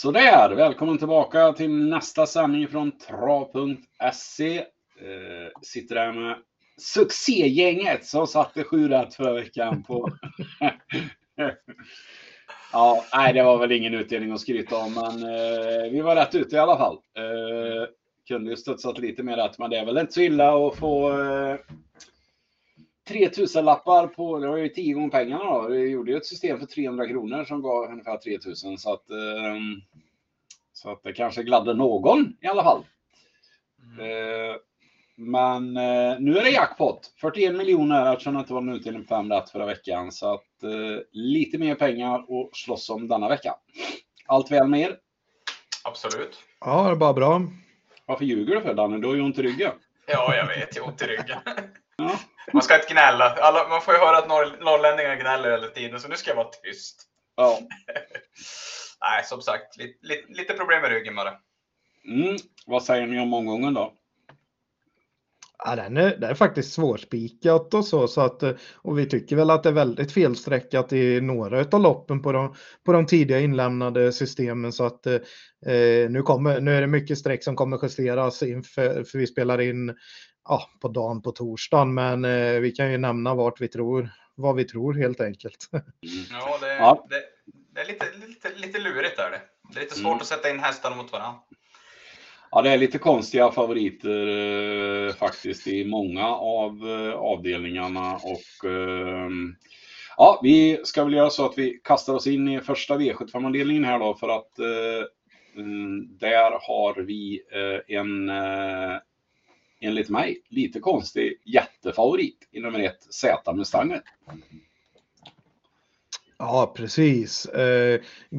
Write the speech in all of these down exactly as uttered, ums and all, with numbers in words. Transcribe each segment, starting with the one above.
Sådär, välkommen tillbaka till nästa sändning från trav punkt se. Eh, sitter där med succégänget som satte sju rätt förra veckan på... Ja, nej, det var väl ingen utdelning att skryta om, men eh, vi var rätt ute i alla fall. Eh, kunde ju studsat lite mer rätt, men det är väl inte så illa att få eh, tre tusen lappar på, det var ju tio gånger pengarna då. Vi gjorde ju ett system för trehundra kronor som gav ungefär tre tusen, så att eh, så att det kanske gladde någon i alla fall. Mm. Eh, men eh, nu är det jackpot. fyrtioen miljoner eftersom det inte var en utdelning på fem rätt förra veckan. Så att eh, lite mer pengar att slåss om denna vecka. Allt väl med er? Absolut. Ja, det är bara bra. Varför ljuger du för, Danne? Du har ju ont i ryggen. Ja, jag vet. Jag har ont i ryggen. Ja. Man ska inte gnälla. Alla, man får ju höra att norr, norrlänningar gnäller hela tiden. Så nu ska jag vara tyst. Ja. Nej, som sagt. Lite, lite, lite problem med ryggen bara. Mm. Vad säger ni om omgången då? Ja, den är, det är faktiskt svårspikat och så, så att, och vi tycker väl att det är väldigt felsträckat i några av loppen på de, på de tidiga inlämnade systemen, så att eh, nu, kommer, nu är det mycket streck som kommer justeras inför, för vi spelar in ja, på dagen på torsdagen, men eh, vi kan ju nämna vart vi tror, vad vi tror helt enkelt. Ja, det, ja. det, det är lite, lite, lite lurigt där det. Det är lite svårt mm. att sätta in hästarna mot varandra. Ja, det är lite konstiga favoriter eh, faktiskt i många av eh, avdelningarna och eh, ja, vi ska väl göra så att vi kastar oss in i första V sjuttiofem-avdelningen här då, för att eh, där har vi eh, en eh, enligt mig lite konstig jättefavorit i nummer ett, Z Mustangen. Ja, precis. Eh,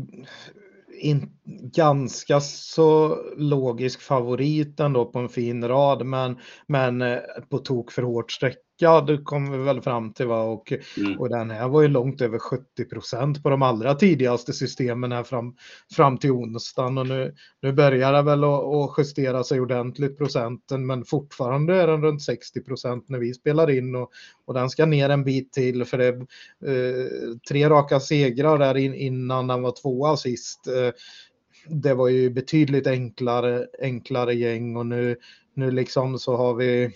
in, ganska så logisk favorit ändå på en fin rad, men, men eh, på tok för hårt sträckad kommer vi väl fram till, va? Och, mm. och den här var ju långt över sjuttio procent på de allra tidigaste systemen här fram, fram till onsdagen, och nu, nu börjar det väl att, att justera sig ordentligt procenten, men fortfarande är den runt sextio procent när vi spelar in, och, och den ska ner en bit till, för det är eh, tre raka segrar där in, innan den var tvåa sist. Eh, det var ju betydligt enklare, enklare gäng, och nu, nu liksom så har vi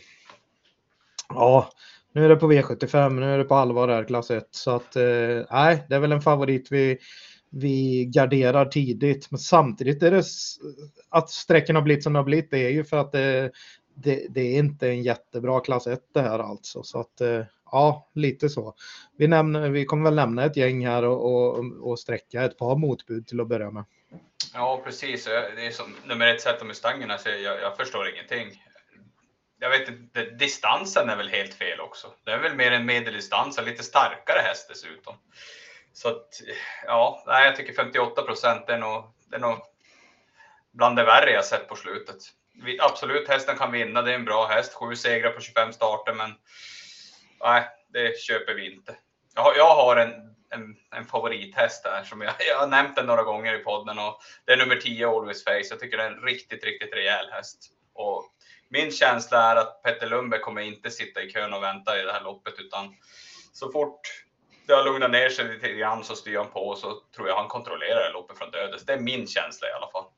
ja, nu är det på V sjuttiofem, nu är det på allvar här klass ett, så att eh, nej, det är väl en favorit vi, vi garderar tidigt, men samtidigt är det att sträcken har blivit som det har blivit, det är ju för att det, det, det är inte en jättebra klass ett det här alltså, så att eh, ja, lite så. Vi, nämner, vi kommer väl nämna ett gäng här och, och, och sträcka ett par motbud till att börja med. Ja, precis. Det är som nummer ett, Z Mustangen, alltså jag, jag förstår ingenting. Jag vet inte, distansen är väl helt fel också. Det är väl mer en medeldistans, lite starkare häst dessutom. Så att, ja, nej, jag tycker femtioåtta procent är nog, det är nog bland det värre jag sett på slutet. Vi, absolut, hästen kan vinna, det är en bra häst. Sju segrar på tjugofem starter, men nej, det köper vi inte. Jag har, jag har en, en, en favorithäst där som jag, jag har nämnt den några gånger i podden, och det är nummer tio, Always Face. Jag tycker det är en riktigt, riktigt rejäl häst. Och min känsla är att Petter Lundberg kommer inte sitta i kön och vänta i det här loppet, utan så fort det har lugnat ner sig lite grann så styr han på, så tror jag han kontrollerar loppet från dödes. Det är min känsla i alla fall.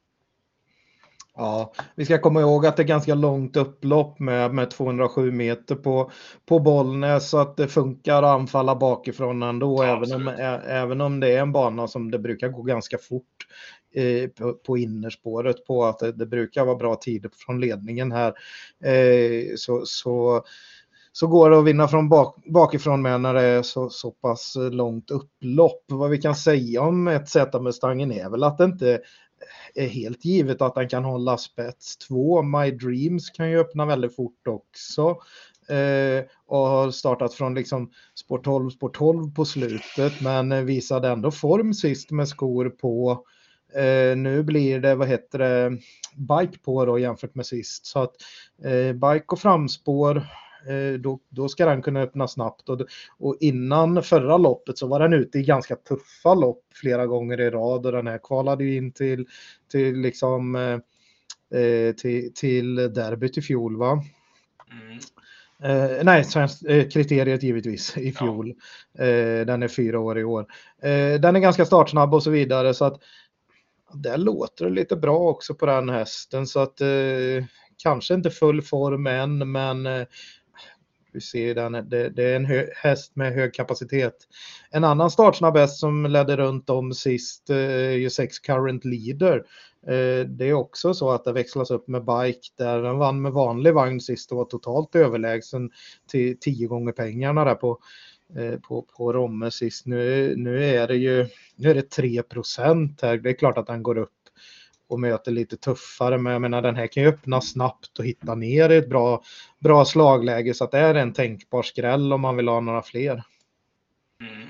Ja, vi ska komma ihåg att det är ganska långt upplopp med, med tvåhundrasju meter på, på Bollnäs, så att det funkar att anfalla bakifrån ändå, ja, även, om, ä, även om det är en bana som det brukar gå ganska fort eh, på, på innerspåret på, att det, det brukar vara bra tider från ledningen här. Eh, så, så, så går det att vinna från bak, bakifrån med när det är så, så pass långt upplopp. Vad vi kan säga om ett Z Mustangen är väl att det inte är helt givet att den kan hålla spets. Två, My Dreams kan ju öppna väldigt fort också, eh, och har startat från liksom spår tolv, spår tolv på slutet, men visade ändå form sist med skor på. Eh, nu blir det, vad heter det, bike på då jämfört med sist, så att eh, bike och framspår, Då, då ska den kunna öppna snabbt, och, och innan förra loppet så var den ute i ganska tuffa lopp flera gånger i rad, och den här kvalade ju in till, till liksom eh, till, till derbyt i fjol, va? Mm. Eh, nej, svensk, eh, kriteriet givetvis i fjol. Ja. Eh, den är fyra år i år. Eh, den är ganska startsnabb och så vidare, så att det låter lite bra också på den hästen, så att eh, kanske inte full form än, men eh, vi ser den, det, det är en hö, häst med hög kapacitet. En annan startsnabb häst som ledde runt om sist är ju sex Current Leader. Eh, det är också så att det växlas upp med bike där. Den vann med vanlig vagn sist och var totalt överlägsen till tio gånger pengarna där på På, på Romme sist. Nu, nu är det ju nu är det tre procent här. Det är klart att den går upp och möter lite tuffare, men jag menar den här kan ju öppna snabbt och hitta ner i ett bra, bra slagläge, så att det är en tänkbar skräll om man vill ha några fler. Mm.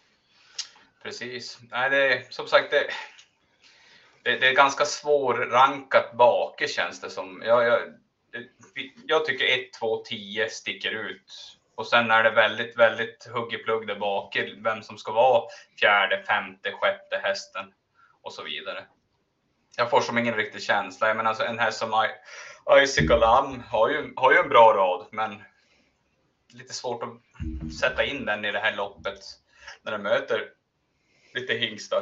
Precis. Nej, det är som sagt det, det, det är ganska svårrankat bak, känns det som. Jag, jag, jag tycker ett, två, tio sticker ut. Och sen är det väldigt, väldigt hugg i plugg där bak, vem som ska vara fjärde, femte, sjätte hästen och så vidare. Jag får som ingen riktig känsla. Jag menar, alltså, en häst som Icicle Lam har ju, har ju en bra rad, men lite svårt att sätta in den i det här loppet när den möter lite hingstar.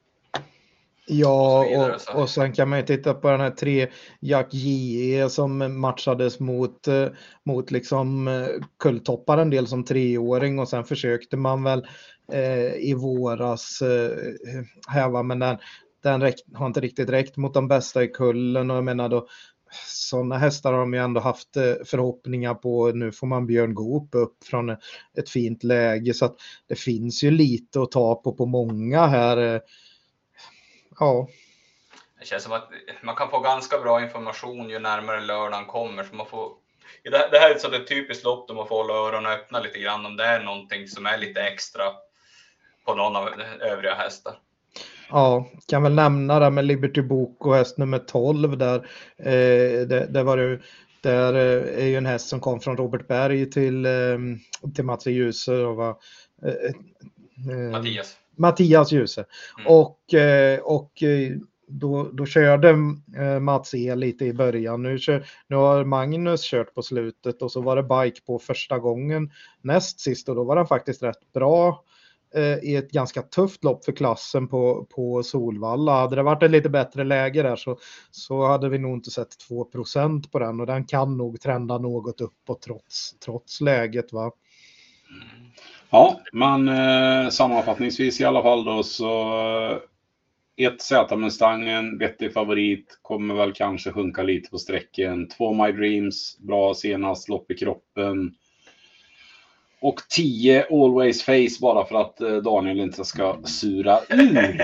Ja, och, vidare, och, och sen kan man ju titta på den här tre Jack J E som matchades mot, mot liksom kulltoppar en del som treåring, och sen försökte man väl eh, i våras eh, häva, men den, den räck, har inte riktigt räckt mot de bästa i kullen, och jag menar då sådana hästar har de ju ändå haft förhoppningar på. Nu får man Björn Goop upp från ett fint läge, så att det finns ju lite att ta på på många här. Ja. Det känns som att man kan få ganska bra information ju närmare lördagen kommer. Så man får, det här är ett sådant typiskt lopp där man får hålla öronen öppna lite grann om det är någonting som är lite extra på någon av övriga hästar. Ja, kan väl nämna det med Liberty Book och häst nummer tolv där. Eh, det, det var det, där är ju en häst som kom från Robert Berg till, eh, till Mats Djuse och var eh, eh, Mattias. Mattias Djuse. Mm. Och, eh, och då, då körde eh, Mats E lite i början. Nu, kör, nu har Magnus kört på slutet, och så var det bike på första gången näst sist, och då var den faktiskt rätt bra i ett ganska tufft lopp för klassen på, på Solvalla. Hade det varit ett lite bättre läge där så, så hade vi nog inte sett två procent på den, och den kan nog trenda något uppåt trots, trots läget, va? Ja, men eh, sammanfattningsvis i alla fall då, så ett Z-Mustang, en vettig favorit, kommer väl kanske sjunka lite på sträcken. Två My Dreams, bra senast, lopp i kroppen. Och tio Always Face, bara för att Daniel inte ska sura ur.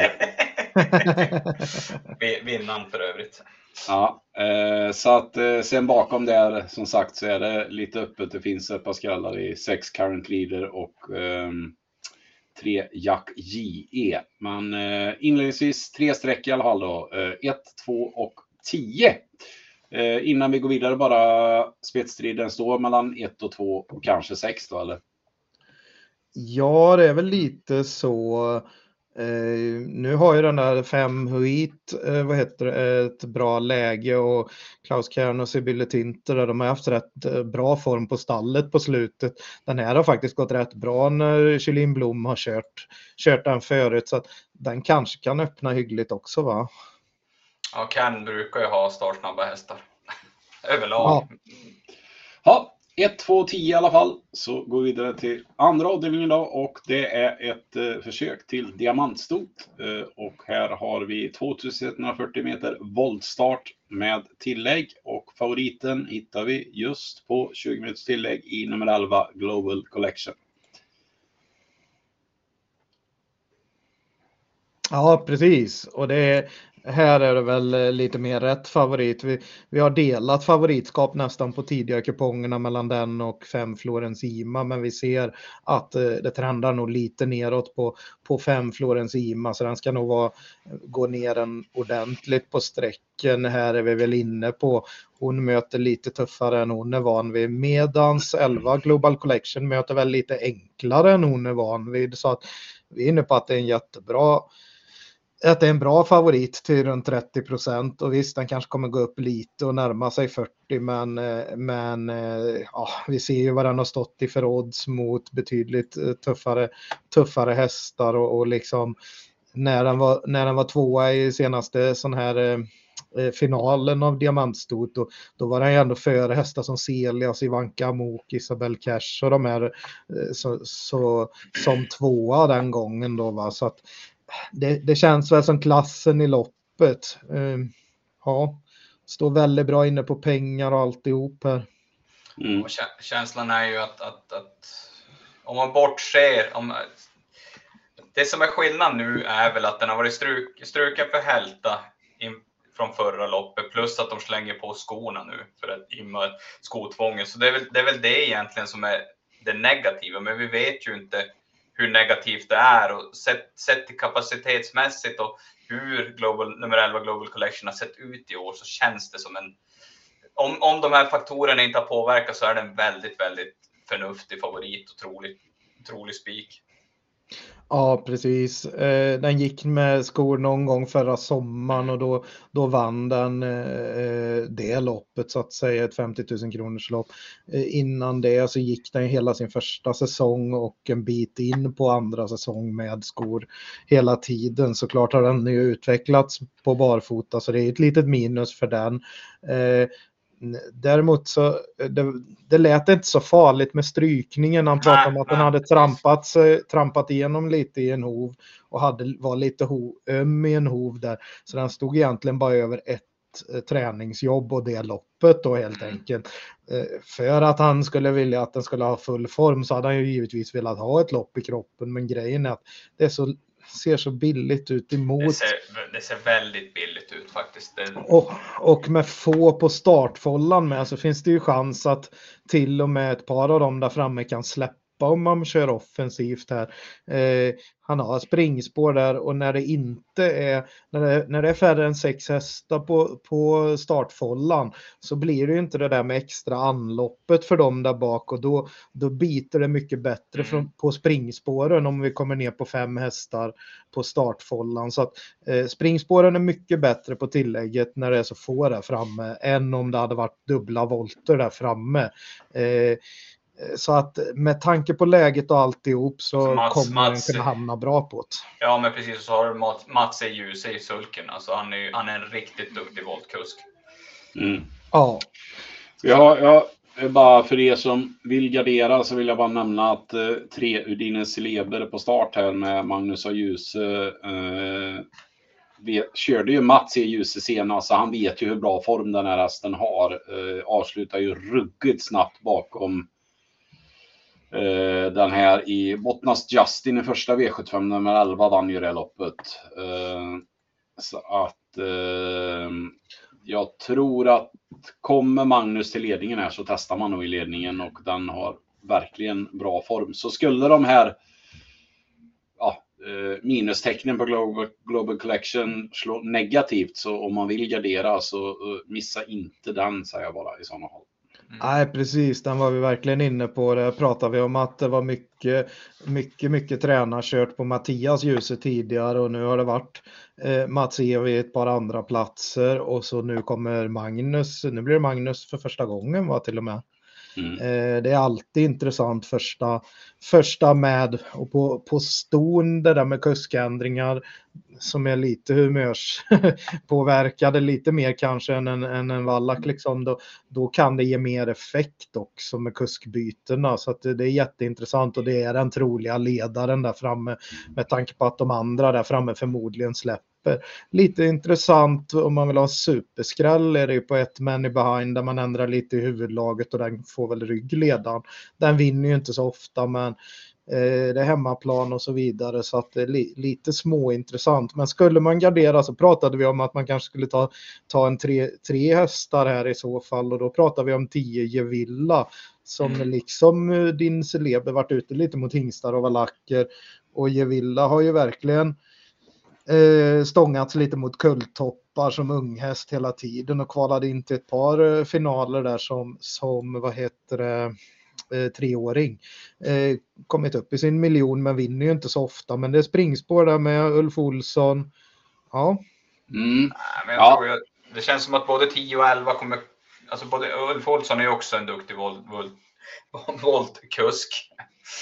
Vinnaren för övrigt. Ja, eh, så att eh, sen bakom där, som sagt, så är det lite öppet. Det finns ett par skrällar i sex Current Leader och eh, tre Jack J E. Men eh, inledningsvis tre streck i alla fall då. Eh, ett, två och tio. Eh, innan vi går vidare, bara spetsstriden står mellan ett och två och kanske sex då, eller? Ja, det är väl lite så. Eh, nu har ju den där fem Huit, eh, vad heter det, ett bra läge, och Klaus Kern och Sibylle Tinter, de har haft rätt eh, bra form på stallet på slutet. Den här har faktiskt gått rätt bra när Kjellin Blom har kört, kört den förut, så att den kanske kan öppna hyggligt också, va? Ja, Ken brukar ju ha startsnabba hästar. Överlag. Ja. Ja, ett, två, tio i alla fall. Så går vi vidare till andra avdelningen då. Och det är ett eh, försök till diamantstot. Eh, och här har vi tvåtusen fyrtio meter voltstart med tillägg. Och favoriten hittar vi just på tjugo minuters tillägg i nummer elva Global Collection. Ja, precis. Och det är, här är det väl lite mer rätt favorit. Vi, vi har delat favoritskap nästan på tidiga kupongerna mellan den och fem Florens Ima, men vi ser att eh, det trendar nog lite neråt på, på fem Florens Ima, så den ska nog vara, gå ner en ordentligt på sträcken. Här är vi väl inne på, hon möter lite tuffare än hon är van vid, medans elva Global Collection möter väl lite enklare än hon är van vid, så att vi är inne på att det är en jättebra att det är en bra favorit till runt trettio procent, och visst, den kanske kommer gå upp lite och närma sig fyrtio, men, men ja, vi ser ju vad den har stått i för odds mot betydligt tuffare, tuffare hästar, och, och liksom när den var, när den var tvåa i senaste sån här eh, finalen av diamantstot, då, då var den ju ändå före hästar som Celias, Ivanka Amok, Isabel Cash och de här eh, så, så, som tvåa den gången då, va? Så att det, det känns väl som klassen i loppet. Eh, ja, står väldigt bra inne på pengar och alltihop här. Mm. Och känslan är ju att, att, att om man bortser, om, det som är skillnad nu är väl att den har varit struk, struken för hälta in, från förra loppet, plus att de slänger på skorna nu för att imma skotvånget. Så det är, väl, det är väl det egentligen som är det negativa, men vi vet ju inte hur negativt det är, och sett, sett till kapacitetsmässigt och hur Global, nummer elva Global Collection har sett ut i år, så känns det som en, om, om de här faktorerna inte har påverkat, så är det en väldigt, väldigt förnuftig favorit och trolig, trolig spik. Ja, precis. Eh, den gick med skor någon gång förra sommaren och då, då vann den eh, det loppet, så att säga, ett femtio tusen kronors lopp. Eh, innan det så gick den hela sin första säsong och en bit in på andra säsong med skor hela tiden. Såklart har den ju utvecklats på barfota, så det är ett litet minus för den. Eh, Däremot så det, det lät inte så farligt med strykningen. Han pratade om att den hade trampat, trampat igenom lite i en hov och hade, var lite ho, öm i en hov där. Så den stod egentligen bara över ett eh, träningsjobb och det loppet då, helt enkelt. Eh, för att han skulle vilja att den skulle ha full form, så hade han ju givetvis velat ha ett lopp i kroppen. Men grejen är att det är så, ser så billigt ut emot. Det ser, det ser väldigt billigt ut faktiskt. Det... Och, och med få på startfållan med, så finns det ju chans att till och med ett par av dem där framme kan släppa om man kör offensivt här. Eh, han har springspår där, och när det inte är när det, när det är färre än sex hästar på, på startfållan, så blir det ju inte det där med extra anloppet för dem där bak, och då, då biter det mycket bättre från, på springspåren om vi kommer ner på fem hästar på startfållan. Så att eh, springspåren är mycket bättre på tillägget när det är så få där framme än om det hade varit dubbla volter där framme. Eh, Så att med tanke på läget och alltihop så, så Mats, kommer Mats, den kunna hamna bra på det. Ja, men precis, så har Mats, Mats är ljus i sulken. Alltså han är, han är en riktigt duktig voltkusk. Mm. Ja. Ja, ja, bara för er som vill gardera så vill jag bara nämna att eh, tre Udines Leber på start här med Magnus och Ljus. Eh, vi körde ju Mats i Ljus senast, så han vet ju hur bra form den här hästen har. Eh, avslutar ju ruggigt snabbt bakom Uh, den här i Bottnas Justin i första V sjuttiofem, nummer elva, vann ju det loppet. Uh, så att uh, jag tror att kommer Magnus till ledningen här, så testar man nog i ledningen, och den har verkligen bra form. Så skulle de här ja, uh, minustecknen på Global, Global Collection slå negativt, så om man vill gardera, så uh, missa inte den, säger jag bara i sådana fall. Mm. Nej, precis, den var vi verkligen inne på. Det pratade vi om att det var mycket, mycket, mycket tränarkört på Mattias Ljuse tidigare, och nu har det varit eh, Mats Evi ett par andra platser, och så nu kommer Magnus, nu blir det Magnus för första gången, va, till och med. Mm. Eh, det är alltid intressant första, första med, och på, på ston det där med kuskändringar som är lite humörspåverkade lite mer kanske än en, än en vallack liksom, då, då kan det ge mer effekt också med kuskbytena, så att det, det är jätteintressant, och det är den troliga ledaren där framme med tanke på att de andra där framme förmodligen släpper. Lite intressant om man vill ha superskräll är det ju på ett Many Behind där man ändrar lite i huvudlaget, och den får väl ryggledaren. Den vinner ju inte så ofta, men eh, det är hemmaplan och så vidare, så att det är li- lite småintressant. Men skulle man gardera så pratade vi om att man kanske skulle ta, ta en tre, tre hästar här i så fall, och då pratar vi om tio Gevilla som mm. liksom din Celeber varit ute lite mot hingstar och valacker, och Gevilla har ju verkligen Eh, stångats lite mot kulltoppar som unghäst hela tiden, och kvalade in till ett par eh, finaler där som, som vad heter det, eh, treåring. Eh, kommit upp i sin miljon, men vinner ju inte så ofta. Men det är springspår där med Ulf Olsson. Ja. Mm. Nej, men jag ja. tror jag, det känns som att både tio och elva kommer, alltså både Ulf Olsson är ju också en duktig volt, volt, voltkusk.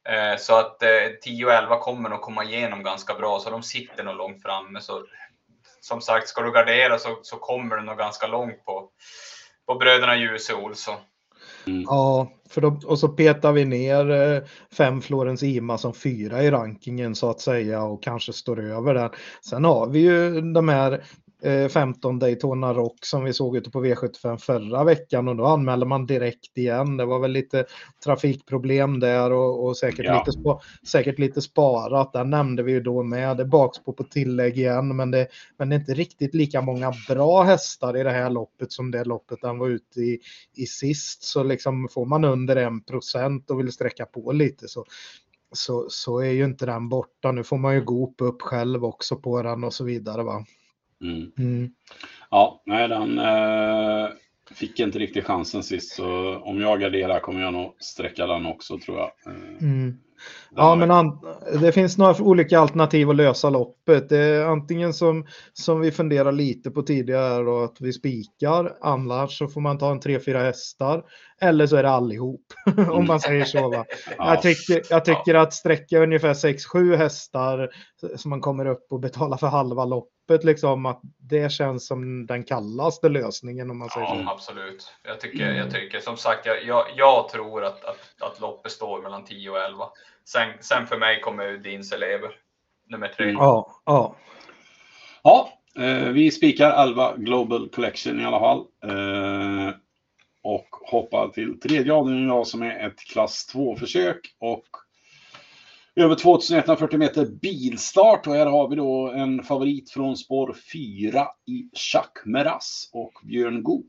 Eh, så att eh, tio och elva kommer nog komma igenom ganska bra, så de sitter nog långt framme. Så som sagt, ska du gardera så, så kommer du nog ganska långt på, på bröderna Djuse Olsson. Mm. Ja, för då, och så petar vi ner eh, fem Florens Ima som fyra i rankingen så att säga och kanske står över den. Sen har vi ju de här eh, femton Daytona Rock som vi såg ute på V sjuttiofem förra veckan och då anmäler man direkt igen. Det var väl lite trafikproblem där och, och säkert, ja. lite spa, säkert lite sparat. Där nämnde vi ju då med det bakspår på tillägg igen, men det, men det är inte riktigt lika många bra hästar i det här loppet som det loppet han var ute i, i sist. Så liksom får man under en procent och vill sträcka på lite så Så, så är ju inte den borta. Nu får man ju gå upp själv också på den och så vidare va. Mm. Mm. Ja, nej den eh, fick inte riktigt chansen sist, så om jag garderar kommer jag nog sträcka den också tror jag. Eh, mm. Ja, men an- det finns några olika alternativ att lösa loppet. Det är antingen som, som vi funderar lite på tidigare då, att vi spikar, annars så får man ta en tre fyra hästar eller så är det allihop om man säger så va. Ja. Jag tycker, jag tycker att sträcka ungefär sex sju hästar som man kommer upp och betalar för halva loppet liksom, att det känns som den kallaste lösningen om man säger ja, så. Absolut. Jag tycker, jag tycker som sagt, jag, jag, jag tror att, att, att loppet står mellan tio och elva. Sen, sen för mig kommer Dins elever nummer tre. Ja, ja. Ja, eh, vi spikar elva Global Collection i alla fall. Eh, och hoppar till tredje avdelningen idag som är ett klass två-försök och över tvåtusen etthundrafyrtio meter bilstart. Och här har vi då en favorit från spår fyra i Chuck Meras och Björn Goop.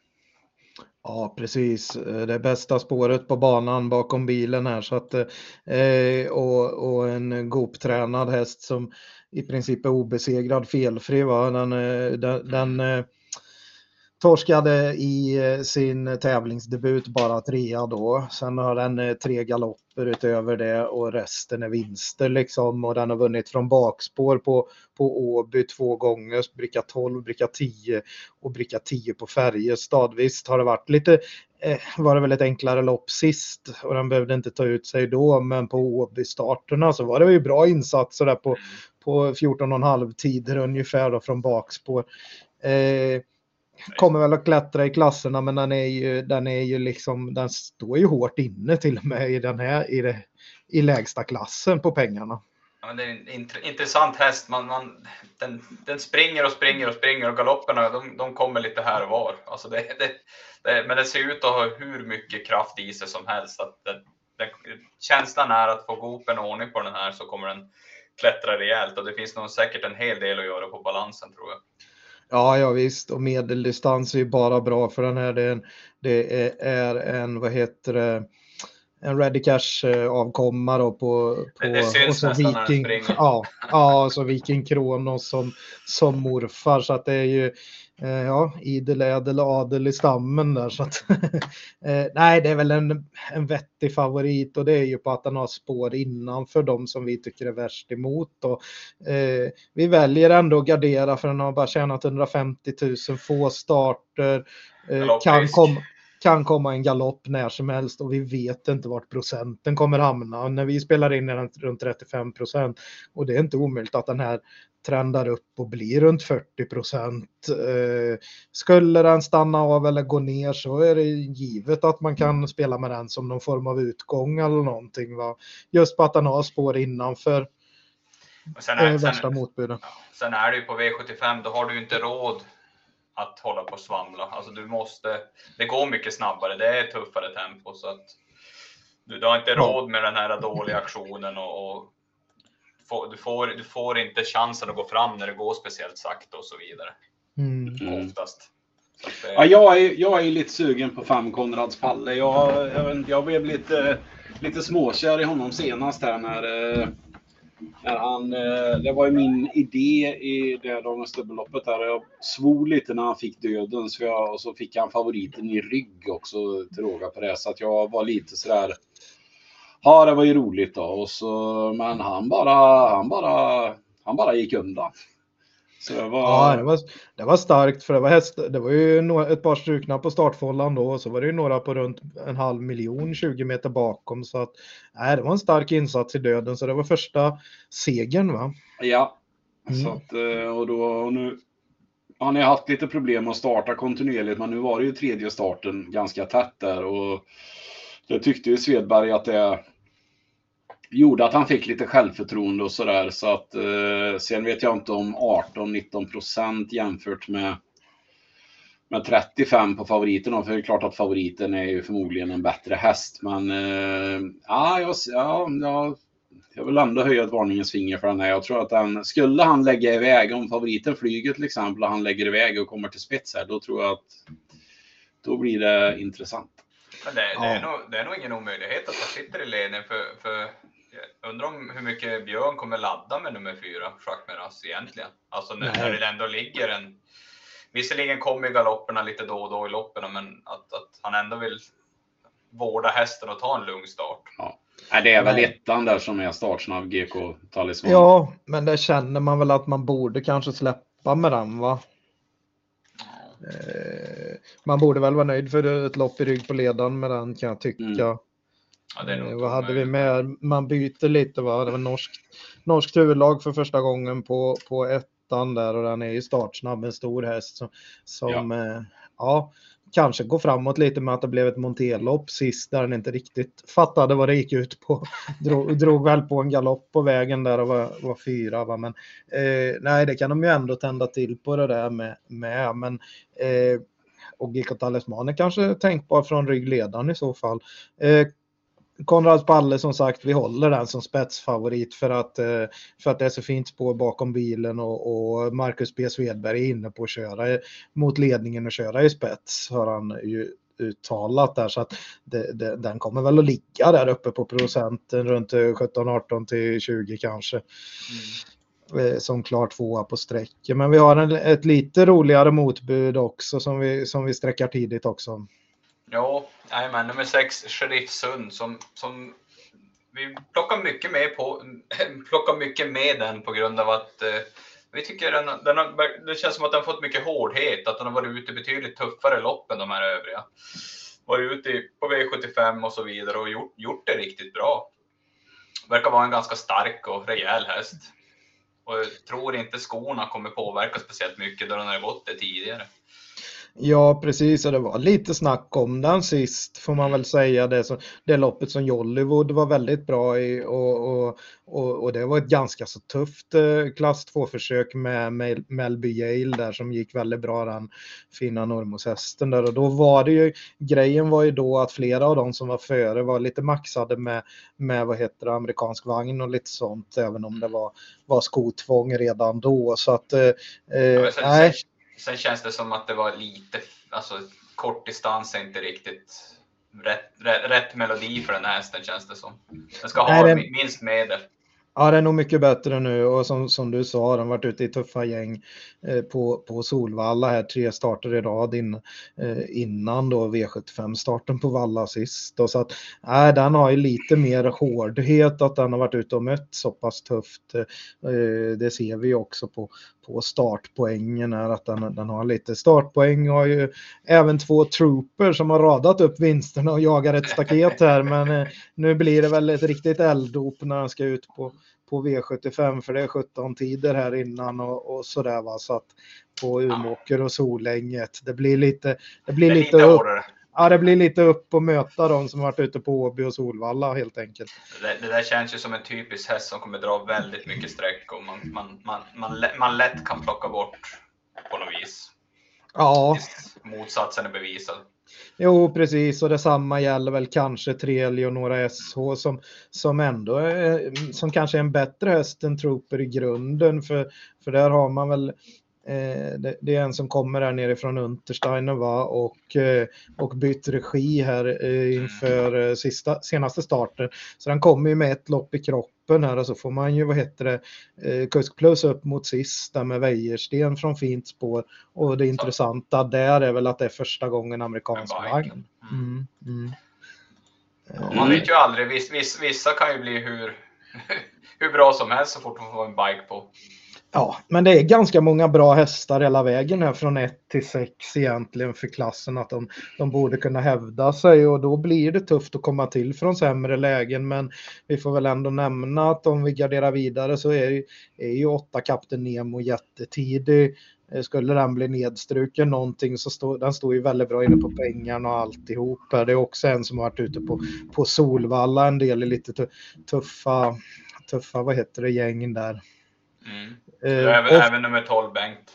Ja, precis. Det bästa spåret på banan bakom bilen här. Så att, eh, och, och en Goop-tränad häst som i princip är obesegrad, felfri. Va? Den, den, den eh, torskade i sin tävlingsdebut bara trea då. Sen har den tre galopper utöver det och resten är vinster liksom. Och den har vunnit från bakspår på, på Åby två gånger. Bricka tolv, bricka tio och bricka tio på Färjestad. Visst har det varit lite, eh, var det väl ett enklare lopp sist. Och den behövde inte ta ut sig då. Men på Åby-starterna så var det ju bra insatser där på, på fjorton och en halv tider ungefär då från bakspår. Eh, kommer väl att klättra i klasserna, men den är ju, den är ju liksom, den står ju hårt inne till och med i den här, i, det, i lägsta klassen på pengarna. Ja, men det är en int- intressant häst. Man, man, den, den springer och springer och springer och galopperna de, de kommer lite här och var. Alltså det, det, det, men det ser ut att ha hur mycket kraft i sig som helst. Att det, det, känslan är att få gå upp en ordning på den här så kommer den klättra rejält. Och det finns nog säkert en hel del att göra på balansen tror jag. Ja, ja visst. Och medeldistans är ju bara bra för den här. Det är en, det är en vad heter det, en Ready Cash avkomma då på, på det syns och så nästan Viking, när den springer. ja, ja, så Viking Kronos som, som morfar. Så att det är ju eh, ja, idel, ädel och adel i stammen där. Så att, eh, nej, det är väl en, en vettig favorit och det är ju på att den har spår innanför dem som vi tycker är värst emot. Och, eh, vi väljer ändå att gardera för den har bara tjänat hundrafemtio tusen, få starter. Eh, kan komma kan komma en galopp när som helst och vi vet inte vart procenten kommer hamna. Och när vi spelar in är den runt trettiofem procent och det är inte omöjligt att den här trendar upp och blir runt fyrtio procent. Eh, skulle den stanna av eller gå ner så är det givet att man kan spela med den som någon form av utgång eller någonting. Va? Just på att den har spår innanför sen är, eh, värsta sen, motbuden. Sen är det ju på V sjuttiofem, då har du inte råd att hålla på och svamla. Alltså du måste, det går mycket snabbare, det är tuffare tempo så att du, du har inte råd med den här dåliga aktionen och, och få, du, får, du får inte chansen att gå fram när det går speciellt sakta och så vidare. Mm. Oftast. Så att det... Ja, jag är, jag är lite sugen på fem Konrads Palle. Jag, jag, jag blev lite, lite småkär i honom senast här när, när han, det var ju min idé i det dagens dubbelloppet där. Jag svor lite när han fick döden så jag, och så fick han favoriten i rygg också till råga på det. Så att jag var lite sådär, ja det var ju roligt då. Och så, men han bara, han bara, han bara gick undan. Så det var... Ja, det var, det var starkt för det var, häst, det var ju några, ett par strukna på startfållan då och så var det ju några på runt en halv miljon tjugo meter bakom så att nej, det var en stark insats i döden så det var första segern va? Ja, Mm. så att, och då och nu har ni haft lite problem att starta kontinuerligt men nu var det ju tredje starten ganska tätt där och det tyckte ju Svedberg att det gjorde att han fick lite självförtroende och sådär så att eh, sen vet jag inte om arton till nitton procent jämfört med med trettiofem på favoriten för det är klart att favoriten är ju förmodligen en bättre häst men eh, ja, jag, ja, ja jag vill ändå höja ett varningens finger för den här. Jag tror att den, skulle han lägga iväg om favoriten flyger till exempel och han lägger iväg och kommer till spets här då tror jag att då blir det intressant. Men det, det, är nog, det är nog ingen omöjlighet att han sitter i ledningen för, för jag undrar om hur mycket Björn kommer ladda med nummer fyra, Jacques Meras egentligen. Alltså när, när det ändå ligger en... Visserligen kommer galopperna lite då och då i loppen, men att, att han ändå vill vårda hästen och ta en lugn start. Ja. Nej, det är väl ettan där som är startsnabb G K Talisman. Ja, men det känner man väl att man borde kanske släppa med den va? Eh, man borde väl vara nöjd för ett lopp i rygg på ledan med den kan jag tycka. Mm. Ja, det är nog vad hade vi med? Man byter lite va? Det var norskt norskt huvudlag för första gången på, på ettan där och den är ju startsnabb, en stor häst som, som ja. Eh, ja, kanske går framåt lite med att det blev ett monterlopp sist där den inte riktigt fattade vad det gick ut på. drog, drog väl på en galopp på vägen där och var, var fyra va? Men eh, nej, det kan de ju ändå tända till på det där med, med. Men eh, och G K Talisman är kanske tänkbar från ryggledaren i så fall. Eh, Konrads Palle som sagt, vi håller den som spetsfavorit för att, för att det är så fint spår bakom bilen och, och Marcus B. Svedberg är inne på att köra mot ledningen och köra i spets har han ju uttalat där så att det, det, den kommer väl att ligga där uppe på procenten runt sjutton arton till tjugo kanske. Mm. Som klart tvåa på sträckan. Men vi har en, ett lite roligare motbud också som vi, som vi sträckar tidigt också. Ja, nej, men nummer sex, Sheriff Sund, som, som vi plockar mycket med på, plockar mycket med den på grund av att eh, vi tycker den, den har, det känns som att den har fått mycket hårdhet, att den har varit ute betydligt tuffare lopp än de här övriga. Varit ute i, på V sjuttiofem och så vidare och gjort, gjort det riktigt bra. Verkar vara en ganska stark och rejäl häst. Och jag tror inte skorna kommer påverka speciellt mycket då den har gått det tidigare. Ja, precis. Och det var lite snack om den sist, får man väl säga. Det, så, det loppet som Jollywood var väldigt bra i och, och, och, och det var ett ganska så tufft eh, klass två-försök med Mel, Melby Yale där som gick väldigt bra, den fina Normos-hästen där. Och då var det ju, grejen var ju då att flera av de som var före var lite maxade med, med vad heter det, amerikansk vagn och lite sånt, även om det var, var skotvång redan då. Så att, eh, ja, sen, nej. Sen, sen känns det som att det var lite, alltså kort distans är inte riktigt rätt, rätt, rätt melodi för den här hästen, känns det som. Den ska ha nej, det... minst medel. Ja, det är nog mycket bättre nu och som, som du sa, den har varit ute i tuffa gäng eh, på, på Solvalla här, tre starter i rad in, eh, innan då V sjuttiofem-starten på Valla sist. Och så att, nej, den har ju lite mer hårdhet, att den har varit ute och mött så pass tufft. Eh, det ser vi också på, på startpoängen här, att den, den har lite startpoäng och har ju även två trooper som har radat upp vinsterna och jagar ett staket här, men eh, nu blir det väl ett riktigt elddop när den ska ut på på V sjuttiofem, för det är sjutton tider här innan och, och sådär va, så att på Umeåker och Solänget det blir lite det blir det lite, lite upp, ja, det blir lite upp och möta de som varit ute på Åby och Solvalla helt enkelt. Det, det där känns ju som en typisk häst som kommer dra väldigt mycket sträck och man, man, man, man, man lätt kan plocka bort på något vis. Ja. Motsatsen är bevisad. Jo, precis, och detsamma gäller väl kanske Trelio och några S H som, som ändå är, som kanske är en bättre häst än Trooper i grunden, för, för där har man väl eh, det, det är en som kommer här nerifrån Untersteiner va, och, eh, och bytt regi här eh, inför eh, sista, senaste starten, så den kommer ju med ett lopp i kroppen här och så får man ju, vad heter det, eh, kusk plus upp mot sista med Wäjersten från fint spår, och det intressanta där är väl att det är första gången amerikansk vagn. Mm, mm. Ja, man vet ju aldrig, viss, viss, vissa kan ju bli hur, hur bra som helst så fort man får en bike på. Ja, men det är ganska många bra hästar hela vägen här från ett till sex egentligen för klassen att de, de borde kunna hävda sig och då blir det tufft att komma till från sämre lägen, men vi får väl ändå nämna att om vi garderar vidare så är, är ju åtta Kapten Nemo jättetidig. Skulle den bli nedstruken någonting så står den står ju väldigt bra inne på pengarna och alltihop. Det är också en som har varit ute på, på Solvalla en del i lite tuffa, tuffa vad heter det, gäng där. Mm. Uh, även, och, även nummer tolv Bengt.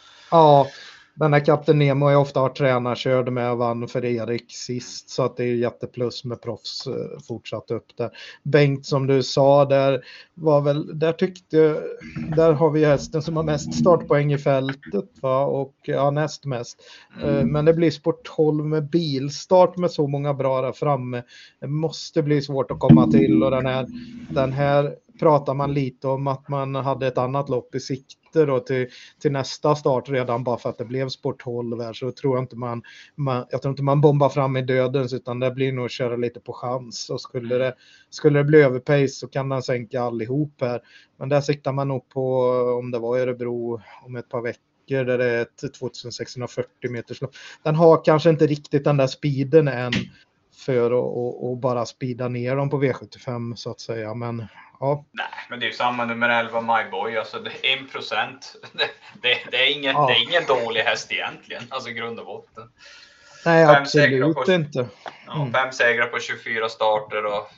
Ja, den här Kapten Nemo har ofta varit tränarkörd med och vann för Erik sist så att det är jätteplus med proffs uh, fortsatt upp där. Bengt som du sa där var väl, där tyckte, där har vi hästen som har mest startpoäng i fältet va? Och ja näst mest. Mm. Uh, men det blir sport tolv med bilstart med så många bra där framme. Det måste bli svårt att komma till och den här, den här pratar man lite om att man hade ett annat lopp i sikte då till, till nästa start redan bara för att det blev sport tolv här, så tror jag inte man, man jag tror inte man bombar fram i dödens utan det blir nog att köra lite på chans och skulle det, skulle det bli överpace så kan den sänka allihop här, men där siktar man nog på om det var Örebro om ett par veckor där det är ett tjugosexhundrafyrtio meters lopp. Den har kanske inte riktigt den där speeden än för att och, och bara speeda ner dem på V sjuttiofem så att säga, men ja. Nej, men det är ju samma nummer elva MyBoy, alltså det är en procent. Det, det, det, är ingen, ja. det är ingen dålig häst egentligen, alltså grund och botten. Nej, fem absolut på, inte. Mm. Ja, fem segrar på tjugofyra starter och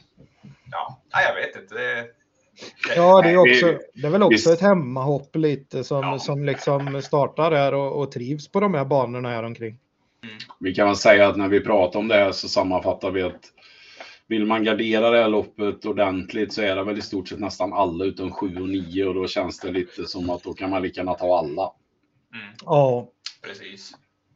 ja, nej, jag vet inte. Det, det, ja, det är, också, det är väl också ett hemmahopp lite som, ja. som liksom startar här och, och trivs på de här banorna här omkring. Mm. Vi kan väl säga att när vi pratar om det här så sammanfattar vi att vill man gardera det här loppet ordentligt så är det väl i stort sett nästan alla utom sju och nio och då känns det lite som att då kan man lika gärna ta alla. Mm. Ja, precis.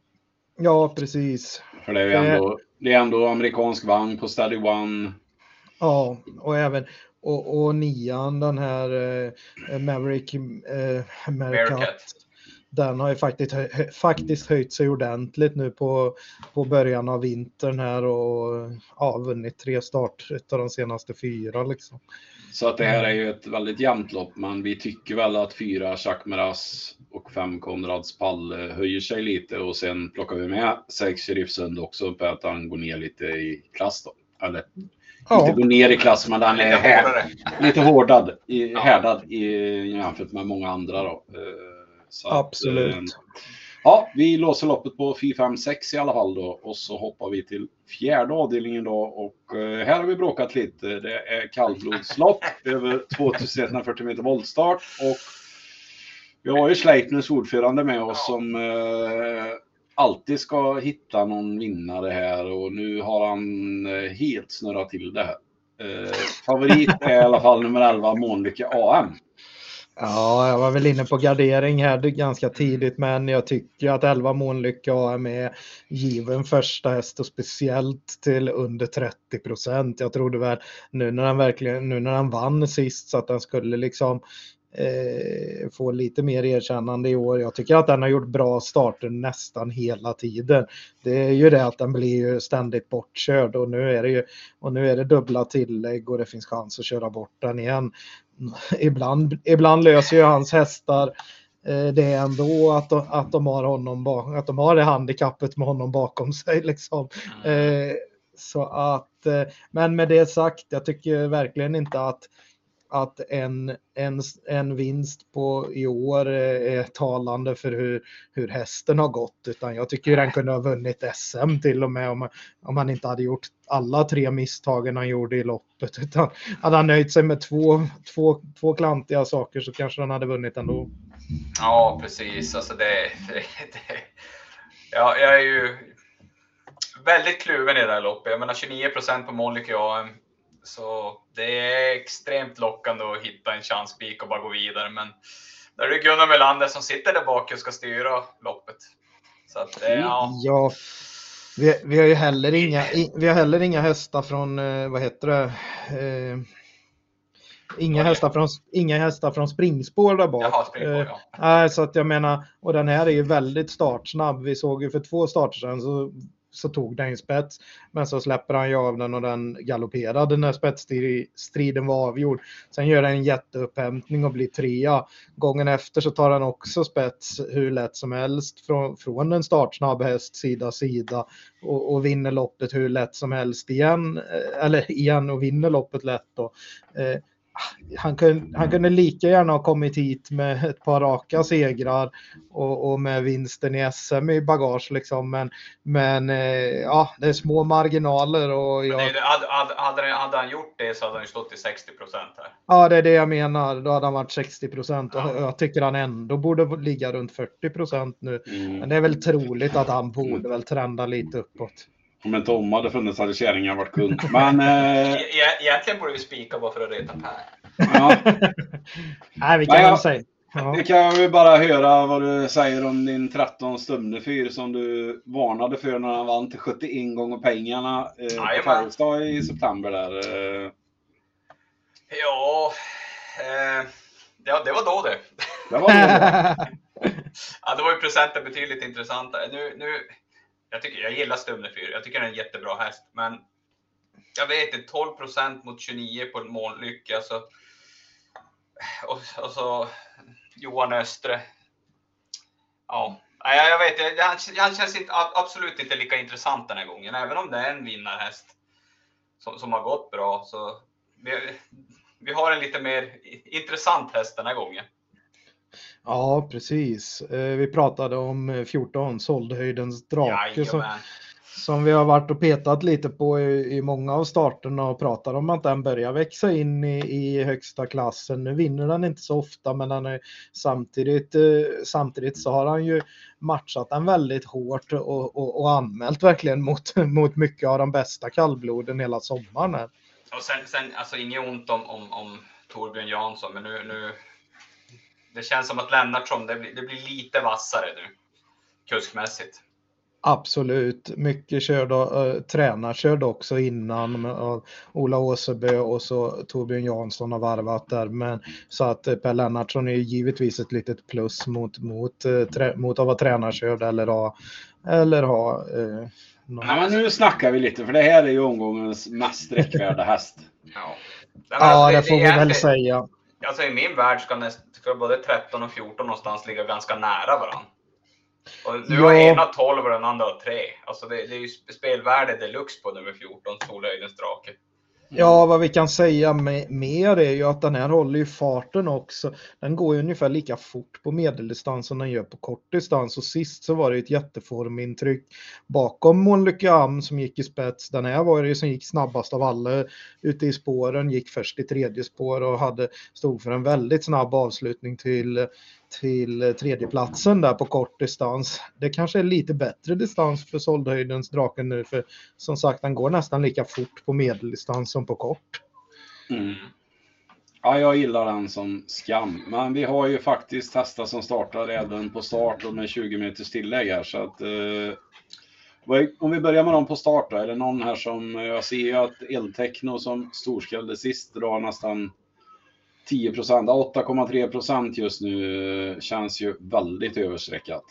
Ja, precis. För det är ju ändå, det är ändå amerikansk vagn på Steady One. Ja, och även och, och nian den här eh, Maverick eh, Americat. Den har ju faktiskt, hö, faktiskt höjt sig ordentligt nu på, på början av vintern här och ja, vunnit tre starter av de senaste fyra liksom. Så att det här är ju ett väldigt jämnt lopp, men vi tycker väl att fyra Chakmaras och fem Konrads Pall höjer sig lite och sen plockar vi med sex Sheriffsund också på att han går ner lite i klass då. Eller ja. Inte går ner i klass, men den är lite, här, lite hårdad, i, ja. härdad i, jämfört med många andra då. Så absolut. Att, ja, vi låser loppet på fyra fem sex i alla fall då. Och så hoppar vi till fjärde avdelningen då. Och här har vi bråkat lite. Det är kallblodslopp över tvåtusen etthundrafyrtio meter voltstart. Och vi har ju Sleipners ordförande med oss som eh, alltid ska hitta någon vinnare här. Och nu har han eh, helt snurrat till det här. Eh, favorit är i alla fall nummer elva Månlycke A M. Ja, jag var väl inne på gardering här ganska tidigt, men jag tycker att elva Månlycke A M är given första häst och speciellt till under trettio procent. Jag trodde väl nu när han verkligen nu när han vann sist så att han skulle liksom eh, få lite mer erkännande i år. Jag tycker att den har gjort bra starter nästan hela tiden. Det är ju det att den blir ju ständigt bortkörd och nu är det ju och nu är det dubbla tillägg och det finns chans att köra bort den igen. Ibland, ibland löser ju hans hästar eh, det ändå att de, att de har honom bak, att de har det handikappet med honom bakom sig liksom. Eh, så att eh, men med det sagt, jag tycker verkligen inte att att en, en, en vinst på i år är talande för hur, hur hästen har gått, utan jag tycker den kunde ha vunnit S M till och med om, om han inte hade gjort alla tre misstagen han gjorde i loppet, utan hade han nöjt sig med två, två, två klantiga saker så kanske han hade vunnit ändå. Ja, precis. Alltså det, det, det. Ja, jag är ju väldigt kluven i det här loppet. Jag menar tjugonio procent på Månlycke A M. Så det är extremt lockande att hitta en chanspik och bara gå vidare. Men där är det Gunnar Melander som sitter där bak och ska styra loppet. Så att, ja. ja vi, vi har ju heller inga, vi har heller inga hästar från, vad heter det? Eh, inga, okay. hästar från, inga hästar från springspår där bak. Jaha, springspår, ja. Eh, så att jag menar, och den här är ju väldigt startsnabb. Vi såg ju för två starter sedan så så tog den ju spets. Men så släpper han ju av den och den galopperade när spetsstriden var avgjord. Sen gör den en jätteupphämtning och blir trea. Gången efter så tar han också spets hur lätt som helst från, från en startsnabb häst sida sida. Och, och vinner loppet hur lätt som helst igen. Eller igen och vinner loppet lätt då. Eh, Han kunde, han kunde lika gärna ha kommit hit med ett par raka segrar och, och med vinsten i S M i bagage liksom. Men, men eh, ja, det är små marginaler. Och jag... det, hade, hade, hade, hade han gjort det så hade han ju stått i sextio procent här. Ja, det är det jag menar. Då hade han varit sextio procent och ja. Jag tycker han ändå borde ligga runt fyrtio procent nu. Mm. Men det är väl troligt att han borde väl trenda lite uppåt. Om inte Tom hade funnits hade Kärringen varit kund. Men, eh... e- egentligen borde vi spika bara för att reta Per. Ja. Nej, vi kan väl säga. Ja. Det kan vi bara höra vad du säger om din tretton Stumnefyr som du varnade för när han vann till sjuttioen gånger pengarna eh, på Färjestad i september där. Eh. Ja, eh, ja, det var då det. Det var då. Ja, det var ju procenten betydligt intressantare. Nu, nu, jag, tycker, jag gillar Stumnefyr. Jag tycker den är en jättebra häst. Men jag vet inte, tolv procent mot tjugonio på mållycka. Så, och, och så Johan Östre. Ja, jag vet. Han, han känns inte, absolut inte lika intressant den här gången. Även om det är en vinnarhäst som, som har gått bra. Så vi, vi har en lite mer intressant häst den här gången. Ja, precis. Vi pratade om fjorton, Soldhöjdens drake, som, som vi har varit och petat lite på i, i många av starterna och pratar om att den börjar växa in i, i högsta klassen. Nu vinner den inte så ofta, men den är, samtidigt, samtidigt så har han ju matchat den väldigt hårt och, och, och anmält verkligen mot, mot mycket av de bästa kallbloden hela sommaren här. Och sen, sen alltså inget ont om, om, om Torbjörn Jansson, men nu... nu... Det känns som att Lennartsson, det blir, det blir lite vassare nu, kuskmässigt. Absolut, mycket körde, äh, tränar körde också innan med äh, Ola Åsebö och så Torbjörn Jansson har varvat där. Men, så att äh, Per Lennartsson är givetvis ett litet plus mot, mot, äh, trä, mot att vara tränarkörd eller ha... Eller ha äh, någon... Ja, men nu snackar vi lite, för det här är ju omgångens mest räckvärda häst. Ja, ja det, det får vi väl det... säga. Alltså i min värld ska, näst, ska både tretton och fjorton någonstans ligga ganska nära varandra. Och nu ja. Har ena tolv och den andra tre. Alltså det, det är ju spelvärde deluxe på nummer fjorton, Solhöjdens drake. Ja, vad vi kan säga med, mer är ju att den här håller ju farten också. Den går ju ungefär lika fort på medeldistans som den gör på kortdistans. Och sist så var det ett jätteformintryck bakom Månlycke Am som gick i spets. Den här var det ju som gick snabbast av alla ute i spåren. Gick först i tredje spår och hade, stod för en väldigt snabb avslutning till... till tredjeplatsen där på kort distans. Det kanske är lite bättre distans för Soldhöjdens draken nu, för som sagt den går nästan lika fort på medeldistans som på kort. Mm. Ja, jag gillar den som skam. Men vi har ju faktiskt hästar som startar även på start och med tjugo meters tillägg här, så att eh, om vi börjar med dem på start då, är det någon här som, jag ser ju att Eltechno som storskrällde sist drar nästan tio procent, åtta komma tre procent just nu, känns ju väldigt överstreckat.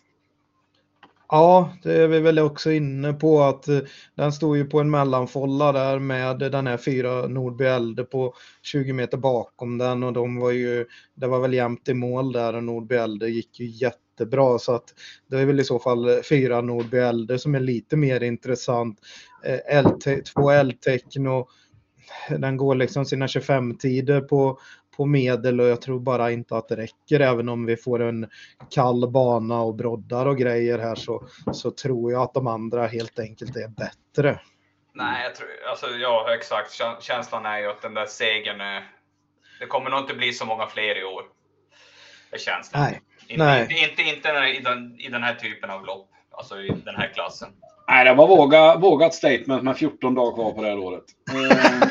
Ja, det är vi väl också inne på att den stod ju på en mellanfolla där med den här fyra Nordby Elde på tjugo meter bakom den och de var ju, det var väl jämnt i mål där och Nordby Elde gick ju jättebra, så att det är väl i så fall fyra Nordby Elde som är lite mer intressant. L T, två L-Techno, den går liksom sina tjugofem tider på på medel och jag tror bara inte att det räcker. Även om vi får en kall bana och broddar och grejer här så, så tror jag att de andra helt enkelt är bättre. Nej, jag tror, alltså ja exakt. Känslan är ju att den där segern är, det kommer nog inte bli så många fler i år. Det känns det. Nej. Inte, Nej. Inte, inte, inte i, den, i den här typen av lopp. Alltså i den här klassen. Nej, det var våga, vågat statement med fjorton dagar kvar på det här året. Mm.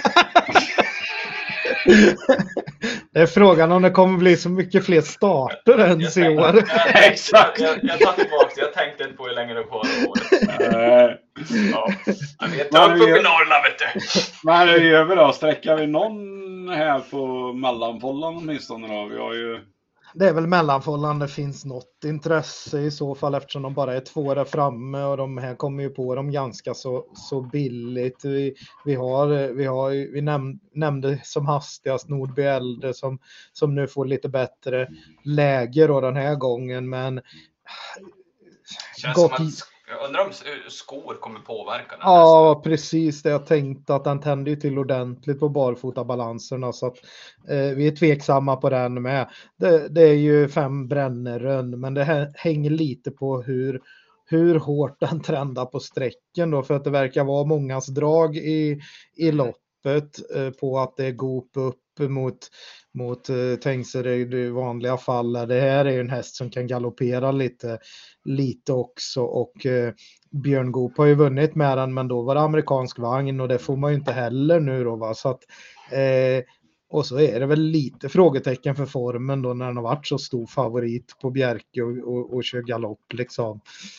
Det är frågan om det kommer bli så mycket fler starter än i år. Exakt. Jag, jag, jag tar tillbaka, jag tänkte inte på hur länge det kvar i året. Ja. Jag vet upp uppe i Norrland, vet du. Men hur gör vi då? Sträcker vi någon här på mellanpollan åtminstone då? Vi har ju... det är väl mellanfållande finns något intresse i så fall eftersom de bara är två där framme och de här kommer ju på dem ganska så, så billigt. Vi, vi har, vi har vi näm, nämnde som hastigast Nordby Elde som, som nu får lite bättre läge då den här gången, men känns gott... som att jag undrar om skor kommer påverka den. Ja, precis det jag tänkte, att den tänder ju till ordentligt på barfotabalanserna, så att eh, vi är tveksamma på den med. Det, det är ju fem Bränneren, men det hänger lite på hur, hur hårt den trendar på sträcken då, för att det verkar vara mångas drag i, i loppet eh, på att det är gop upp mot mot eh, Tängseryd i vanliga fall. Det här är ju en häst som kan galoppera lite, lite också, och eh, Björn Goop har ju vunnit med den, men då var det amerikansk vagn och det får man ju inte heller nu då, va? Så att, eh, och så är det väl lite frågetecken för formen då när den har varit så stor favorit på Bjerke och, och, och kör galopp liksom.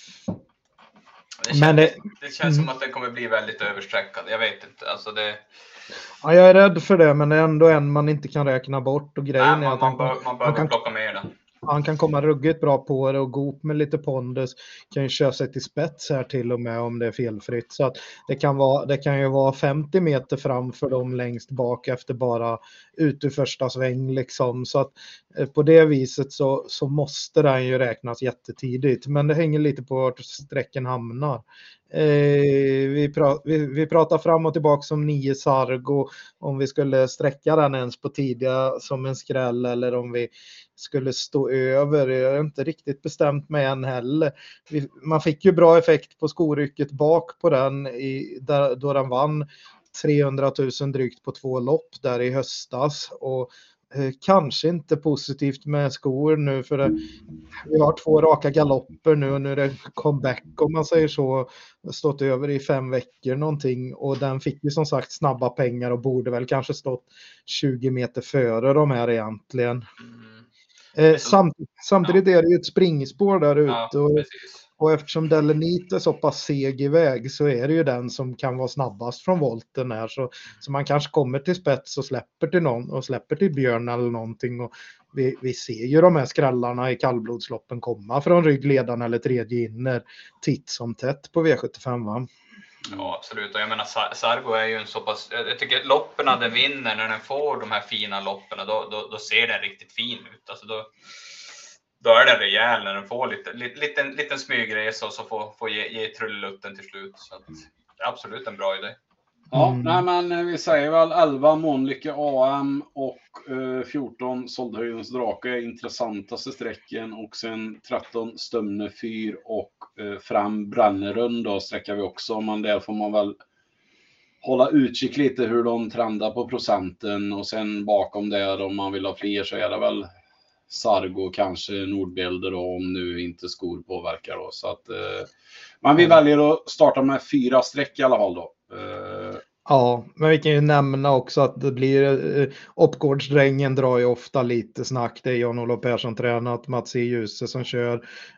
Det känns, men det, det känns mm. som att den kommer bli väldigt översträckad. Jag vet inte. Alltså det... Ja, jag är rädd för det, men det är ändå en man inte kan räkna bort. Och grejen Nej, man, är att man, han, bör, man behöver kan, plocka med den. Han kan komma ruggigt bra på det och gå upp med lite pondus. Kan ju köra sig till spets här till och med om det är felfritt. Så att det, kan vara, det kan ju vara femtio meter fram för dem längst bak efter bara ut ur första sväng liksom. Så att eh, på det viset så, så måste den ju räknas jättetidigt. Men det hänger lite på vart sträcken hamnar. Eh, vi, pra, vi, vi pratar fram och tillbaka om nio Sargo, om vi skulle sträcka den ens på tidiga som en skräll eller om vi skulle stå över. Jag är inte riktigt bestämt med än heller. Vi, man fick ju bra effekt på skorycket bak på den i, där, då den vann trehundratusen drygt på två lopp där i höstas, och kanske inte positivt med skor nu, för det, vi har två raka galopper nu och nu är det comeback om man säger så, stått över i fem veckor någonting, och den fick ju som sagt snabba pengar och borde väl kanske stått tjugo meter före de här egentligen. Mm. Eh, samt, samtidigt är det ju ett springspår där ute, ja, och, och eftersom Delenit är så pass seg iväg så är det ju den som kan vara snabbast från volten här, så, så man kanske kommer till spets och släpper till någon och släpper till Björn eller någonting, och vi, vi ser ju de här skrallarna i kallblodsloppen komma från ryggledarna eller tredje inner titt som tätt på V sjuttiofem, va? Ja, absolut. Och jag menar, Sargo är ju en så pass... Jag tycker loppen den vinner, när den får de här fina loppen, då, då, då ser den riktigt fin ut. Alltså då, då är den rejäl när den får lite, lite, liten, liten smygresa och så får, får ge, ge trullelutten till slut. Så att, det är absolut en bra idé. Ja, Mm. nej, men vi säger väl elva Månlycke A M och eh, fjorton Soldhöjdens drake, intressantaste sträcken, och sen tretton Stömne fyr och eh, fram Bränneren då sträckar vi också, men där får man väl hålla utkik lite hur de trendar på procenten, och sen bakom det om man vill ha fler så är det väl Sargo, kanske Nordbilder då, om nu inte skor påverkar då, så att eh, men vi väljer att starta med fyra streck i alla fall då. Uh... Ja, men vi kan ju nämna också att det blir eh, Uppgårdsdrängen drar ju ofta lite snack. Det är Jan-Olof Persson tränat, Mats E. Ljuse som kör.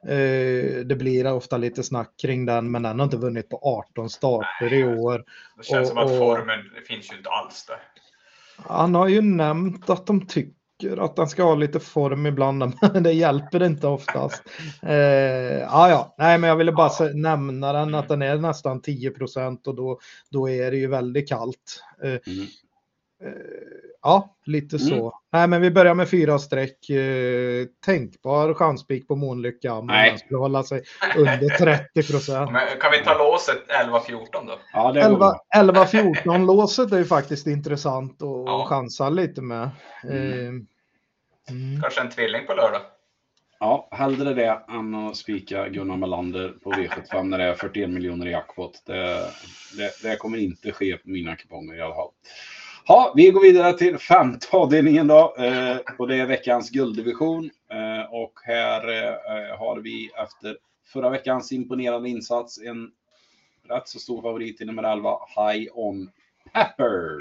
Eh, det blir ofta lite snack kring den, men den har inte vunnit på arton starter i år. Det känns och, som att och, formen det finns ju inte alls där. Han har ju nämnt att de tycker att den ska ha lite form ibland, men det hjälper inte oftast. Eh, ja, ja, nej, men jag ville bara ja. nämna den, att den är nästan tio procent, och då, då är det ju väldigt kallt. Eh, mm. eh, ja, lite mm. så. Nej, men vi börjar med fyra streck. Eh, tänkbar chanspik på Månlycke, men den skulle hålla sig under trettio procent. Men kan vi ta låset elva fjorton då? Ja, det är elva fjorton låset är ju faktiskt intressant att ja. chansa lite med. Mm. Eh, Mm. Kanske en tvilling på lördag. Ja, hellre det än att spika Gunnar Melander på V sjuttiofem när det är fyrtioen miljoner i jackpot. Det, det, det kommer inte ske på mina kuponger i alla fall. Ja, vi går vidare till femte avdelningen då. Eh, och det är veckans gulddivision. Eh, och här eh, har vi efter förra veckans imponerande insats en rätt så stor favorit i nummer elva, High on Pepper.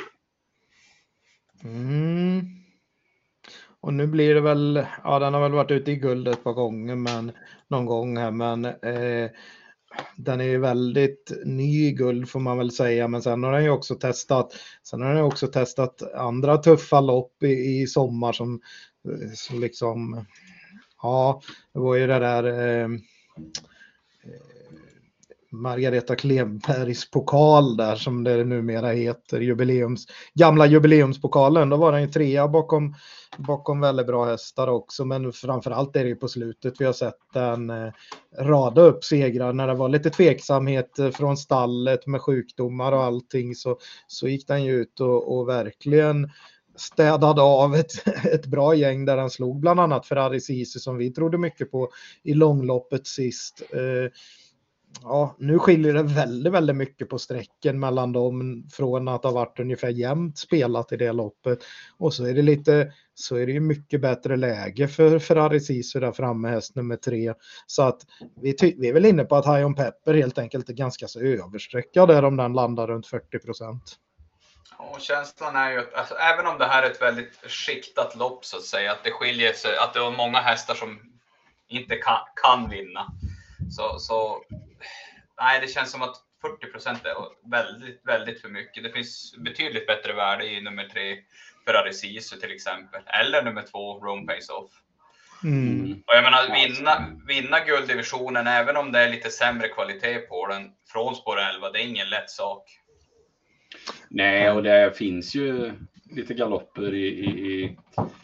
Mm. Och nu blir det väl, ja den har väl varit ute i guld ett par gånger, men någon gång här, men eh, den är ju väldigt ny i guld får man väl säga, men sen har den ju också testat, sen har den ju också testat andra tuffa lopp i, i sommar som så liksom, ja, det var ju det där eh, Margareta Klebergs pokal där som det numera heter, jubileums, gamla jubileumspokalen. Då var den ju trea bakom, bakom väldigt bra hästar också, men framförallt är det ju på slutet vi har sett den eh, rada upp segrar när det var lite tveksamhet från stallet med sjukdomar och allting, så, så gick den ju ut och, och verkligen städade av ett, ett bra gäng där han slog bland annat Ferrari Sisu som vi trodde mycket på i långloppet sist. Eh, Ja, nu skiljer det väldigt, väldigt mycket på sträcken mellan dem från att ha varit ungefär jämnt spelat i det loppet. Och så är det lite, så är det ju mycket bättre läge för Ferrari Sisu där framme, häst nummer tre. Så att vi, ty- vi är väl inne på att High on Pepper helt enkelt är ganska så översträckad där om den landar runt fyrtio procent. Och känslan är ju att alltså, även om det här är ett väldigt skiktat lopp så att säga, att det skiljer sig, att det är många hästar som inte kan, kan vinna. Så, så nej, det känns som att fyrtio procent är väldigt, väldigt för mycket. Det finns betydligt bättre värde i nummer tre, Ferrari Sisu till exempel. Eller nummer två, Rome Pace Off. Mm. Och jag menar, vinna, vinna gulddivisionen, även om det är lite sämre kvalitet på den, från spår elva, det är ingen lätt sak. Nej, och det finns ju lite galopper i, i, i...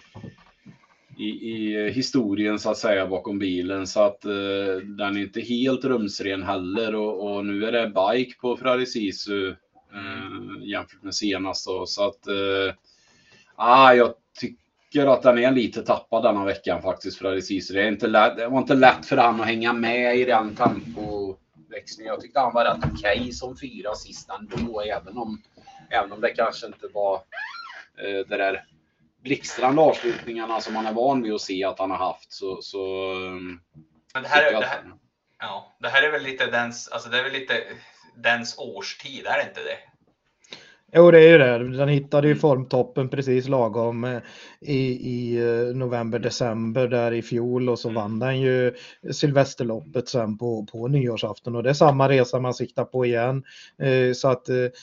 I, i historien så att säga bakom bilen, så att eh, den är inte helt rumsren heller, och, och nu är det bike på Ferrari Sisu eh, jämfört med senast då, så att eh, ah, jag tycker att den är lite tappad denna veckan faktiskt, Ferrari Sisu. Det, är inte lätt, det var inte lätt för han att hänga med i den tempoväxlingen. Jag tyckte han var rätt okej okay som fyra sist ändå, även om, även om det kanske inte var eh, det där blixtrande avslutningarna som man är van vid att se att han har haft, så, så men det här är, det här, ja, det här är väl lite dens, alltså det är väl lite dens årstid, är det inte det? Jo, det är ju det. Den hittade ju formtoppen precis lagom i, i november, december där i fjol, och så vann den ju Silvesterloppet sen på, på nyårsafton, och det är samma resa man siktar på igen. Så att,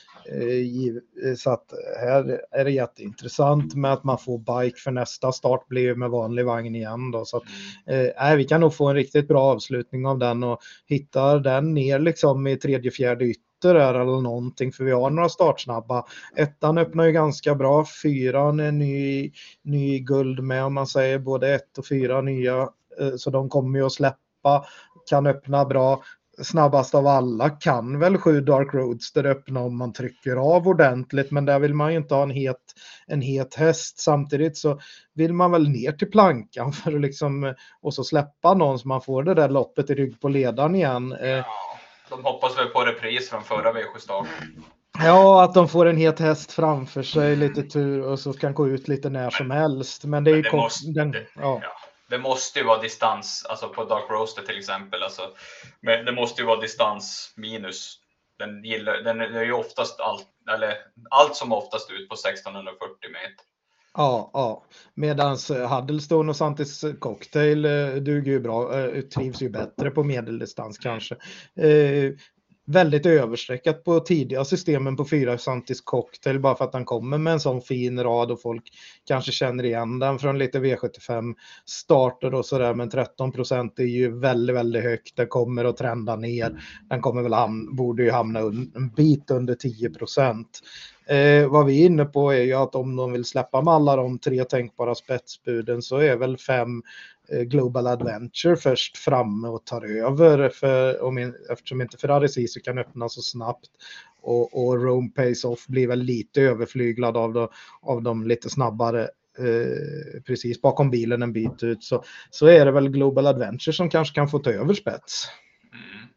så att här är det jätteintressant med att man får bike för nästa start blir med vanlig vagn igen då. Så att, äh, vi kan nog få en riktigt bra avslutning av den, och hittar den ner liksom i tredje, fjärde ytter där eller någonting, för vi har några startsnabba. Ettan öppnar ju ganska bra, fyran är ny, ny guld med, om man säger både ett och fyra nya, så de kommer ju att släppa, kan öppna bra. Snabbast av alla kan väl sju Dark Roadster öppna om man trycker av ordentligt, men där vill man ju inte ha en het, en het häst. Samtidigt så vill man väl ner till plankan för att liksom, och så släppa någon så man får det där loppet i rygg på ledaren igen. Ja, de hoppas väl på repris från förra V sju-starten. Ja, att de får en het häst framför sig, lite tur, och så kan gå ut lite när som helst. Men det är ju det, kort, måste, den, det, ja. Ja, det måste ju vara distans, alltså på Dark Roaster till exempel. Alltså, men det måste ju vara distans minus. Den, gillar, den är ju oftast allt, eller allt som oftast ut på sexton fyrtio meter. Ja, ja. Medans Huddlestone och Santis Cocktail eh, duger ju bra, eh, trivs ju bättre på medeldistans kanske. Eh, väldigt översträckat på tidiga systemen på fyra Santis Cocktail, bara för att han kommer med en sån fin rad och folk kanske känner igen den från lite V sjuttiofem starter och sådär, men tretton procent är ju väldigt, väldigt högt. Den kommer att trenda ner. Den kommer väl hamna, borde ju hamna en bit under tio procent. Eh, vad vi är inne på är ju att om de vill släppa med alla de tre tänkbara spetsbuden, så är väl fem eh, Global Adventure först framme och tar över, för, om in, eftersom inte Ferrari Sisu kan öppna så snabbt, och, och Rome Pace Off blir väl lite överflyglad av, de, av de lite snabbare eh, precis bakom bilen en bit ut, så, så är det väl Global Adventure som kanske kan få ta över spets. Mm.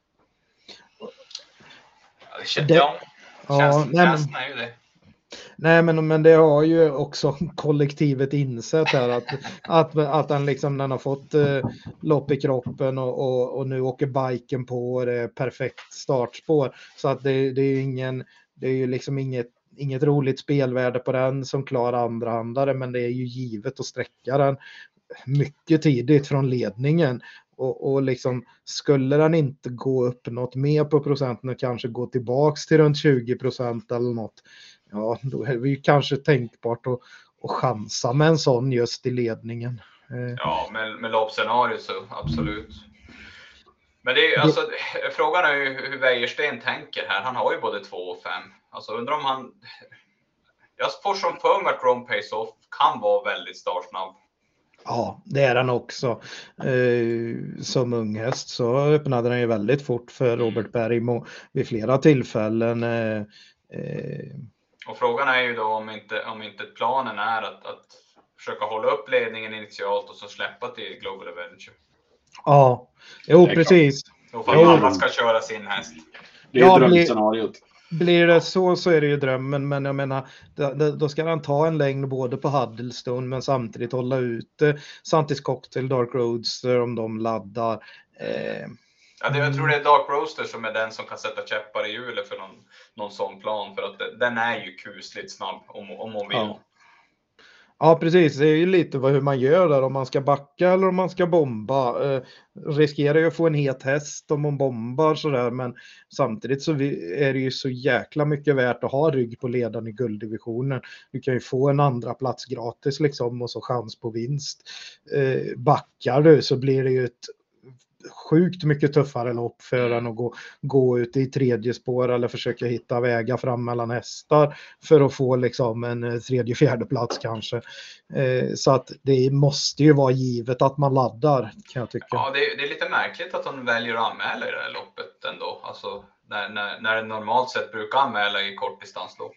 Ja, det känns, det, ja. Ja, nej, men, är ju det. nej men, men det har ju också kollektivet insett här att, att, att den, liksom, den har fått eh, lopp i kroppen och, och, och nu åker biken på det perfekt startspår, så att det, det är ju ingen, det är ju liksom inget, inget roligt spelvärde på den som klarar andrahandare, men det är ju givet att sträcka den mycket tidigt från ledningen. Och, och liksom, skulle den inte gå upp något mer på procenten och kanske gå tillbaks till runt tjugo procent eller något, ja, då är det ju kanske tänkbart att, och chansa med en sån just i ledningen. Ja, med, med loppscenario så absolut. Men det är, alltså, frågan är ju hur Wäjersten tänker här. Han har ju både två och fem. Alltså undrar om han... Jag får som för mig att Rome Pays Off kan vara väldigt startsnabb. Ja, det är han också. Eh, som ung häst så öppnade den ju väldigt fort för Robert Bergmo vid flera tillfällen. Eh, eh. Och frågan är ju då om inte, om inte planen är att, att försöka hålla upp ledningen initialt och så släppa till Global Adventure. Ja, jo precis. Och för att alla ska köra sin häst. Det är ja, drömscenariot. Blir det så så är det ju drömmen, men jag menar då ska han ta en längd både på Huddlestone men samtidigt hålla ut Santis Cocktail, Dark Roadster om de laddar. Eh, ja, det, jag tror det är Dark Roadster som är den som kan sätta käppar i hjulet för någon, någon sån plan, för att den är ju kusligt snabb om, om hon vill. Ja. Ja, precis. Det är ju lite vad, hur man gör där, om man ska backa eller om man ska bomba. Eh, riskerar ju att få en het häst om man bombar sådär, men samtidigt så är det ju så jäkla mycket värt att ha rygg på ledaren i gulddivisionen. Du kan ju få en andra plats gratis liksom och så chans på vinst. Eh, backar du så blir det ju ett sjukt mycket tuffare lopp för en att gå, gå ut i tredje spår eller försöka hitta vägar fram mellan hästar för att få liksom en tredje fjärde plats kanske. Eh, så att det måste ju vara givet att man laddar, kan jag tycka. Ja, det är, det är lite märkligt att de väljer att anmäla i det här loppet ändå. Alltså när, när, när det normalt sett brukar anmäla i kortdistanslopp.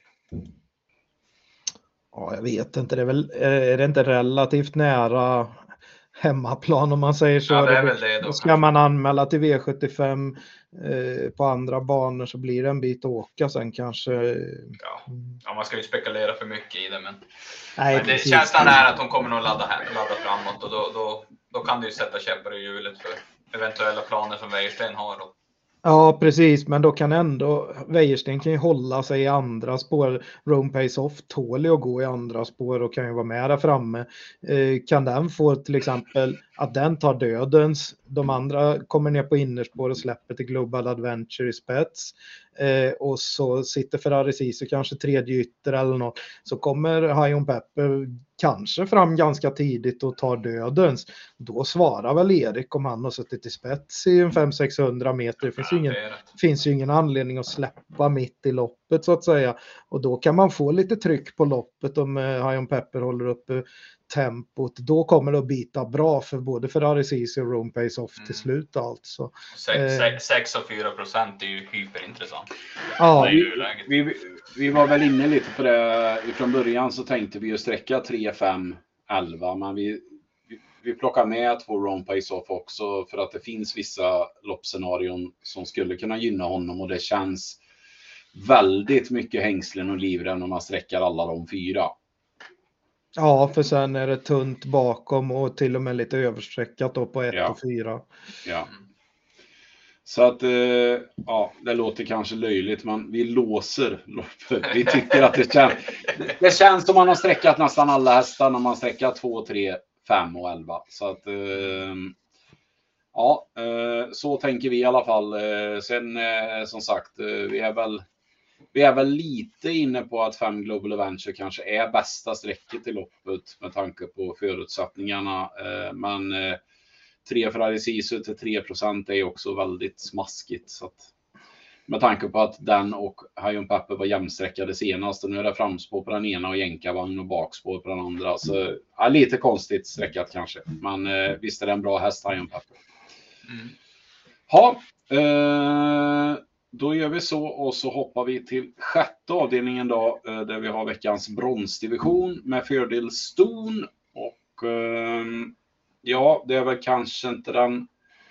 Ja, jag vet inte. Det är väl är det inte relativt nära hemmaplan om man säger så. Ja, det är väl det då, då ska kanske man anmäla till V sjuttiofem eh, på andra banor så blir det en bit att åka sen kanske. Ja, ja man ska ju spekulera för mycket i det, men, Nej, men det känslan är att de kommer nog ladda, ladda framåt och då, då, då kan det ju sätta käppar i hjulet för eventuella planer som Wäjersten har då. Ja, precis, men då kan ändå Wäjersten kan ju hålla sig i andra spår. Rome Pays Off tål att gå i andra spår och kan ju vara med där framme. Eh, kan den få till exempel att den tar dödens, de andra kommer ner på innerspår och släpper till Global Adventure i spets. Eh, och så sitter Ferrari Sisu kanske tredje ytter eller något, så kommer High on Pepper kanske fram ganska tidigt och tar dödens. Då svarar väl Erik om han har suttit i spets i en fem sexhundra meter. Det finns, ja, ju ingen, finns ju ingen anledning att släppa mitt i loppet så att säga. Och då kan man få lite tryck på loppet om eh, High on Pepper håller upp eh, tempot. Då kommer det att bita bra för både Ferrari Sisu och Rome Pays Off till slut alltså. sex och fyra procent är ju hyperintressant. Ja, vi, vi, vi var väl inne lite på det ifrån början, så tänkte vi ju sträcka tre, fem, elva, men vi, vi, vi plockar med två Rome Pays Off också för att det finns vissa loppscenarion som skulle kunna gynna honom, och det känns väldigt mycket hängslen och livrem om man sträcker alla de fyra. Ja, för sen är det tunt bakom och till och med lite översträckat då på ett ja. och fyra. Ja. Så att, eh, ja, det låter kanske löjligt, men vi låser loppet. Vi tycker att det känns, det känns som man har sträckat nästan alla hästar när man sträcker två, tre, fem och elva. Så att, eh, ja, eh, så tänker vi i alla fall. Eh, sen, eh, som sagt, eh, vi är väl Vi är väl lite inne på att fem Global Adventure kanske är bästa sträcket i loppet med tanke på förutsättningarna. Men tre Ferrari Sisu till tre procent är också väldigt smaskigt. Så att, med tanke på att den och High on Pepper var jämsträckade senast, och nu är det framspår på den ena och jänkarvagn och bakspår på den andra. Så ja, lite konstigt sträckat kanske. Men visst är det en bra häst, High on Pepper. Mm. Ja, eh, då gör vi så, och så hoppar vi till sjätte avdelningen då, där vi har veckans bronsdivision med fördel Ston. Och ja, det är väl kanske inte den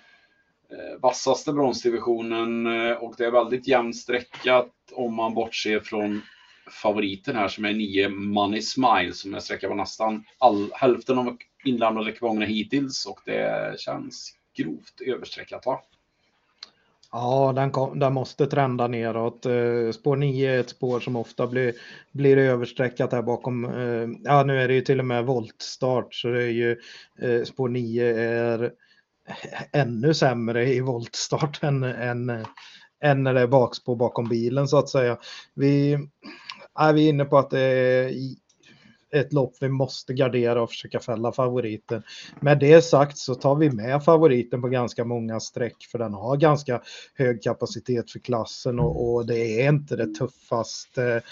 vassaste bronsdivisionen, och det är väldigt jämnt sträckat om man bortser från favoriten här som är nio Money Smile, som är sträckat på nästan all, hälften av inlämnade kupongerna hittills, och det känns grovt översträckat, va? Ja, den, kom, den måste trenda neråt. Spår nio är ett spår som ofta blir, blir översträckat här bakom. Ja, nu är det ju till och med voltstart, så det är ju spår nio är ännu sämre i voltstart än, än, än när det är bakspår bakom bilen så att säga. Vi är vi inne på att det är ett lopp vi måste gardera och försöka fälla favoriten. Med det sagt så tar vi med favoriten på ganska många streck, för den har ganska hög kapacitet för klassen, och, och det är inte det tuffaste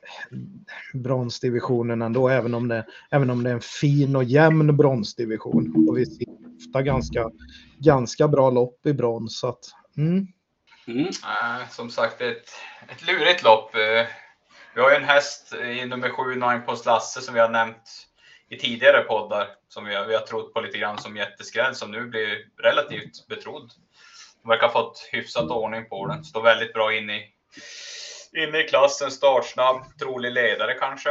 bronsdivisionen ändå, även om det, även om det är en fin och jämn bronsdivision, och vi ser ofta ganska, ganska bra lopp i brons. Så att, mm. Mm. Äh, som sagt, ett, ett lurigt lopp. Vi har ju en häst i nummer sju, Nine Post Lasse, som vi har nämnt i tidigare poddar, som vi har, vi har trott på lite grann som jätteskräll, som nu blir relativt betrodd. De verkar ha fått hyfsat ordning på den. Står väldigt bra inne i, inne i klassen, startsnabb, trolig ledare kanske.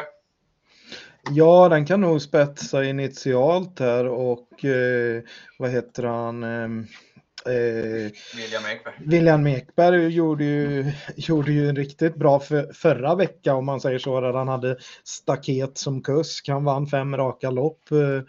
Ja, den kan nog spetsa initialt här, och eh, vad heter han? Eh, Eh, William Ekberg. William Ekberg gjorde ju, gjorde ju en riktigt bra för, förra veckan, om man säger så, där han hade staket som kusk. Han vann fem raka lopp. Eh,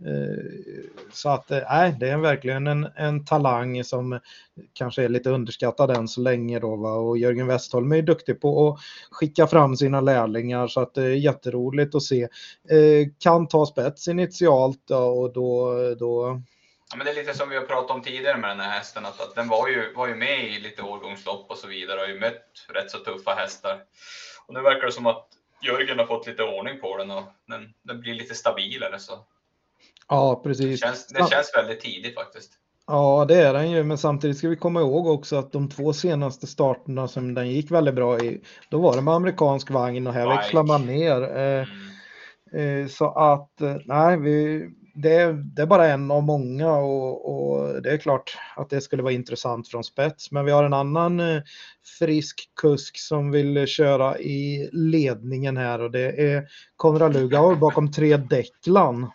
så att nej, det är verkligen en, en talang som kanske är lite underskattad än så länge då, va? Och Jörgen Westholm är duktig på att skicka fram sina lärlingar, så att det är jätteroligt att se. Eh, kan ta spets initialt då, och då, då ja, men det är lite som vi har pratat om tidigare med den här hästen, att, att den var ju, var ju med i lite årgångslopp och så vidare, och har ju mött rätt så tuffa hästar. Och nu verkar det som att Jörgen har fått lite ordning på den, och den, den blir lite stabilare. Så. Ja, precis. Det känns, det känns väldigt tidigt faktiskt. Ja, det är den ju, men samtidigt ska vi komma ihåg också att de två senaste starterna som den gick väldigt bra i, då var det med amerikansk vagn, och här Bike. växlar man ner. Eh, Mm. eh, så att, eh, nej, vi... Det är, det är bara en av många, och, och det är klart att det skulle vara intressant från spets. Men vi har en annan eh, frisk kusk som vill köra i ledningen här, och det är Konrad Lugauer bakom tre Declan.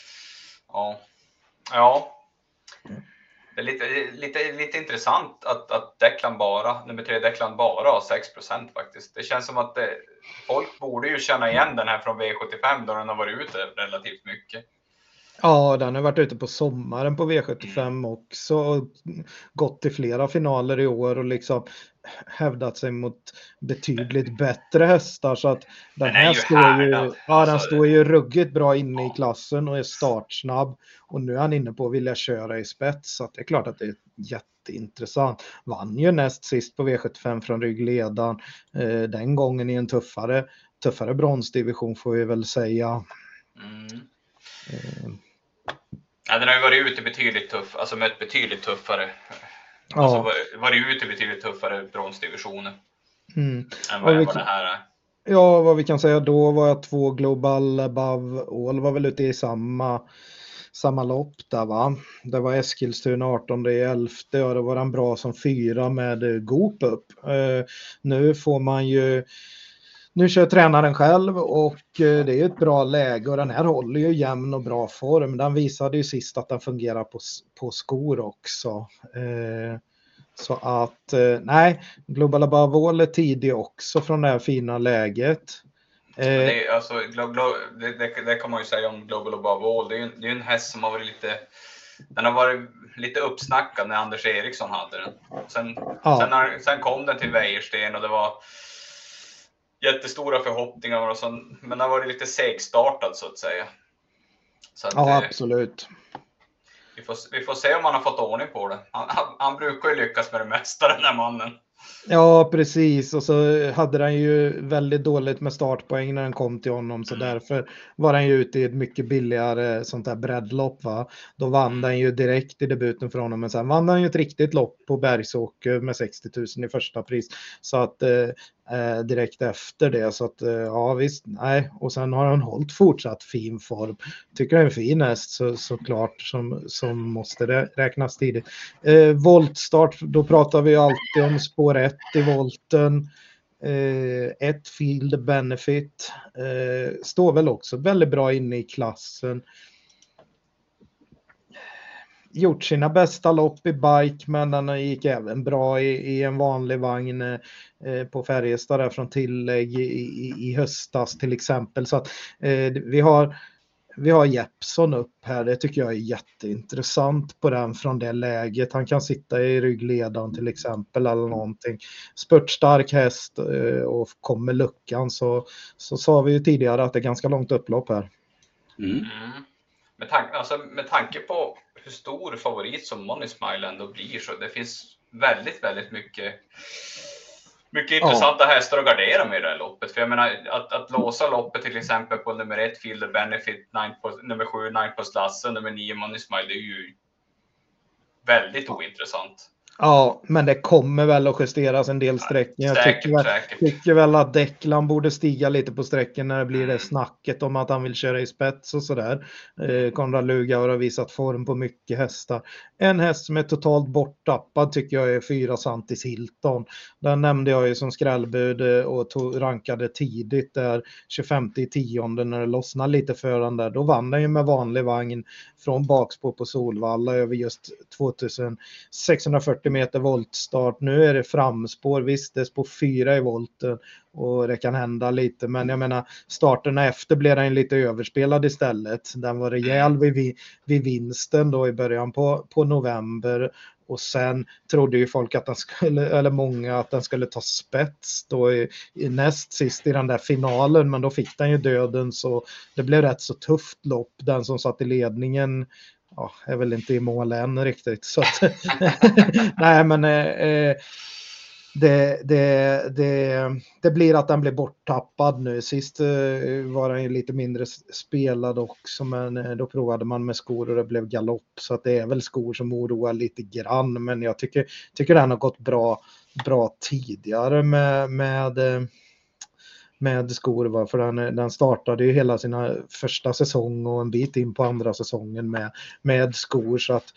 Ja, ja. Det är lite, lite, lite intressant att, att Declan bara, nummer tre Declan bara har sex procent faktiskt. Det känns som att det, folk borde ju känna igen den här från V sjuttiofem, då den har varit ute relativt mycket. Ja, den har varit ute på sommaren på V sjuttiofem också, och gått till flera finaler i år och liksom hävdat sig mot betydligt bättre hästar, så att den, den här står ju, ja, alltså, den står ju ruggigt bra inne i klassen och är startsnabb, och nu är han inne på att vilja köra i spets, så att det är klart att det är jätteintressant. Vann ju näst sist på V sjuttiofem från ryggledan, eh, den gången i en tuffare, tuffare bronsdivision får vi väl säga. Mm. Eh. Ja, den har ju varit ute betydligt tuff, alltså mött betydligt tuffare. Ja. Alltså varit ute betydligt tuffare bronsdivisioner. Mm. Än vad, vi, vad det här är. Ja, vad vi kan säga då var att två Global Above All var väl ute i samma, samma lopp där, va? Det var Eskilstuna artonde i elfte, och det var en bra som fyra med Goop upp. Uh, nu får man ju Nu kör tränaren själv, och det är ett bra läge, och den här håller ju jämn och bra form. Den visade ju sist att den fungerar på, på skor också. Eh, så att, eh, nej, Global Above All är tidig också från det här fina läget. Eh, det, är, alltså, glo, glo, det, det, det kan man ju säga om Global Above All. Det är ju det är en häst som har varit lite, den har varit lite uppsnackad när Anders Eriksson hade den. Sen, ja. sen, har, sen kom den till Wäjersten, och det var jättestora förhoppningar, och så, men det har varit lite segstartad så att säga. Så att, ja, absolut. Eh, vi, får, vi får se om han har fått ordning på det. Han, han, han brukar ju lyckas med det mesta, den här mannen. Ja, precis. Och så hade han ju väldigt dåligt med startpoäng när den kom till honom. Så mm. därför var han ju ute i ett mycket billigare sånt där breddlopp, va. Då vann mm. han ju direkt i debuten för honom. Men sen vann han ju ett riktigt lopp på Bergsåker med sextio tusen i första pris. Så att eh, direkt efter det. Så att eh, ja, visst. Nej. Och sen har han hållit fortsatt fin form. Tycker det är en fin häst, så, såklart, som, som måste det räknas tidigt. Eh, voltstart, då pratar vi alltid om spår ett i volten. Eh, ett field benefit. Eh, står väl också väldigt bra inne i klassen. Gjort sina bästa lopp i bike, men den gick även bra i, i en vanlig vagn eh, på Färjestad där från tillägg i, i, i höstas till exempel. Så att eh, vi har vi har Jeppson upp här. Det tycker jag är jätteintressant på den från det läget. Han kan sitta i ryggledan till exempel eller någonting. Spurtstark häst och kommer luckan så, så sa vi ju tidigare att det är ganska långt upplopp här. Mm. Mm. Med, tanke, alltså, med tanke på hur stor favorit som Money Smile ändå blir så det finns väldigt, väldigt mycket mycket intressanta ja. hästar att gardera med i det här loppet. För jag menar, att, att låsa loppet till exempel på nummer ett Fielder Benefit, nine på, nummer sju Nine Post Lasse, nummer nio Money Smile, det är ju väldigt ja. ointressant. Ja, men det kommer väl att justeras en del sträckningar. Jag säkert, tycker, väl, säkert. tycker väl att Declan borde stiga lite på sträcken när det blir det snacket om att han vill köra i spets och sådär. Eh, Konrad Lugauer har visat form på mycket hästar. En häst som är totalt borttappad tycker jag är fyra Santis Hilton. Den nämnde jag ju som skrällbud och tog, rankade tidigt där tjugofemte i tionde när det lossnade lite för den där. Då vann den ju med vanlig vagn från bakspår på Solvalla över just tvåtusen sexhundrafyrtio meter voltstart. Nu är det framspår, visst det är spår fyra i volten och det kan hända lite, men jag menar starterna efter blev den lite överspelad istället. Den var rejäl vid, vid vinsten då i början på, på november och sen trodde ju folk att den skulle, eller många att den skulle ta spets då i, i näst sist i den där finalen, men då fick den ju döden så det blev rätt så tufft lopp. Den som satt i ledningen ja, är väl inte i mål än riktigt. Så att, nej, men eh, det, det, det, det blir att den blir borttappad nu. Sist eh, var den ju lite mindre spelad också, men eh, då provade man med skor och det blev galopp. Så att det är väl skor som oroar lite grann, men jag tycker, tycker den har gått bra, bra tidigare med... med eh, med skor, va? För den, den startade ju hela sina första säsong och en bit in på andra säsongen med, med skor så att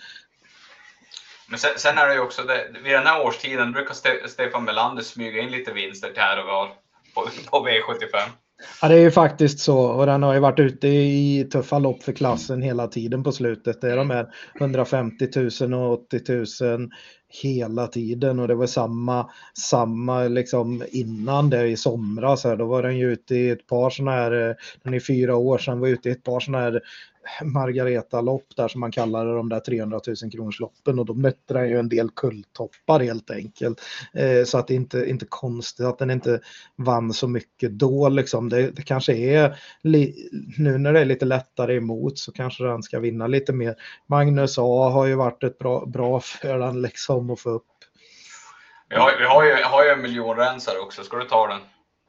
men sen, sen är det ju också det, vid den här årstiden brukar Ste- Stefan Melander smyga in lite vinster till här och var på, på V sjuttiofem. Ja, det är ju faktiskt så och den har ju varit ute i tuffa lopp för klassen hela tiden på slutet. Det är de här hundrafemtio tusen och åttio tusen hela tiden och det var samma, samma liksom innan det i somras här. Då var den ju ute i ett par sådana här, den är fyra år sedan var ute i ett par sådana här Margareta-lopp där som man kallar det, de där trehundratusen kronors loppen och då mötte den ju en del kulltoppar helt enkelt. Eh, så att det inte inte konstigt att den inte vann så mycket då liksom. Det, det kanske är li, nu när det är lite lättare emot så kanske den ska vinna lite mer. Magnus A har ju varit ett bra, bra för den liksom att få upp. Vi har, vi har, ju, har ju en miljonrensare också, ska du ta den?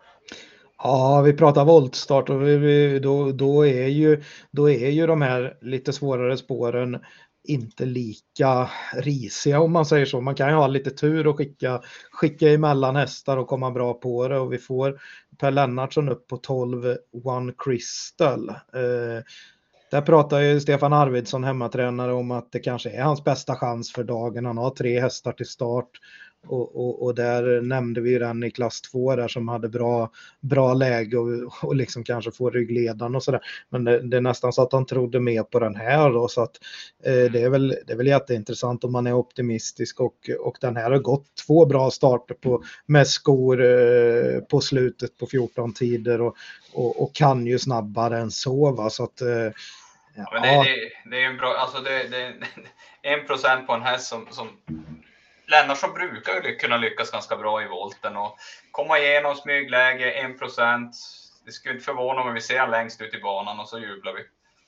Ja, vi pratar voltstart och vi, då, då, är ju, då är ju de här lite svårare spåren inte lika risiga om man säger så. Man kan ju ha lite tur och skicka, skicka emellan hästar och komma bra på det och vi får Per Lennartsson upp på tolv One Crystal. Eh, där pratar ju Stefan Arvidsson, hemmatränare, om att det kanske är hans bästa chans för dagen. Han har tre hästar till start. Och, och, och där nämnde vi den i klass två där som hade bra, bra läge och, och liksom kanske få ryggledan och sådär. Men det, det är nästan så att han trodde mer på den här då, så att eh, det är väl, det är väl jätteintressant om man är optimistisk och, och den här har gått två bra starter på, med skor eh, på slutet på fjorton tider och, och, och kan ju snabbare än så va, så att eh, ja. Men det, det, det är en bra, alltså det, det är en procent på en häst som, som Lennartsson brukar ju kunna lyckas ganska bra i volten och komma igenom smygläge, en procent. Det skulle inte förvåna om vi ser han längst ut i banan och så jublar vi.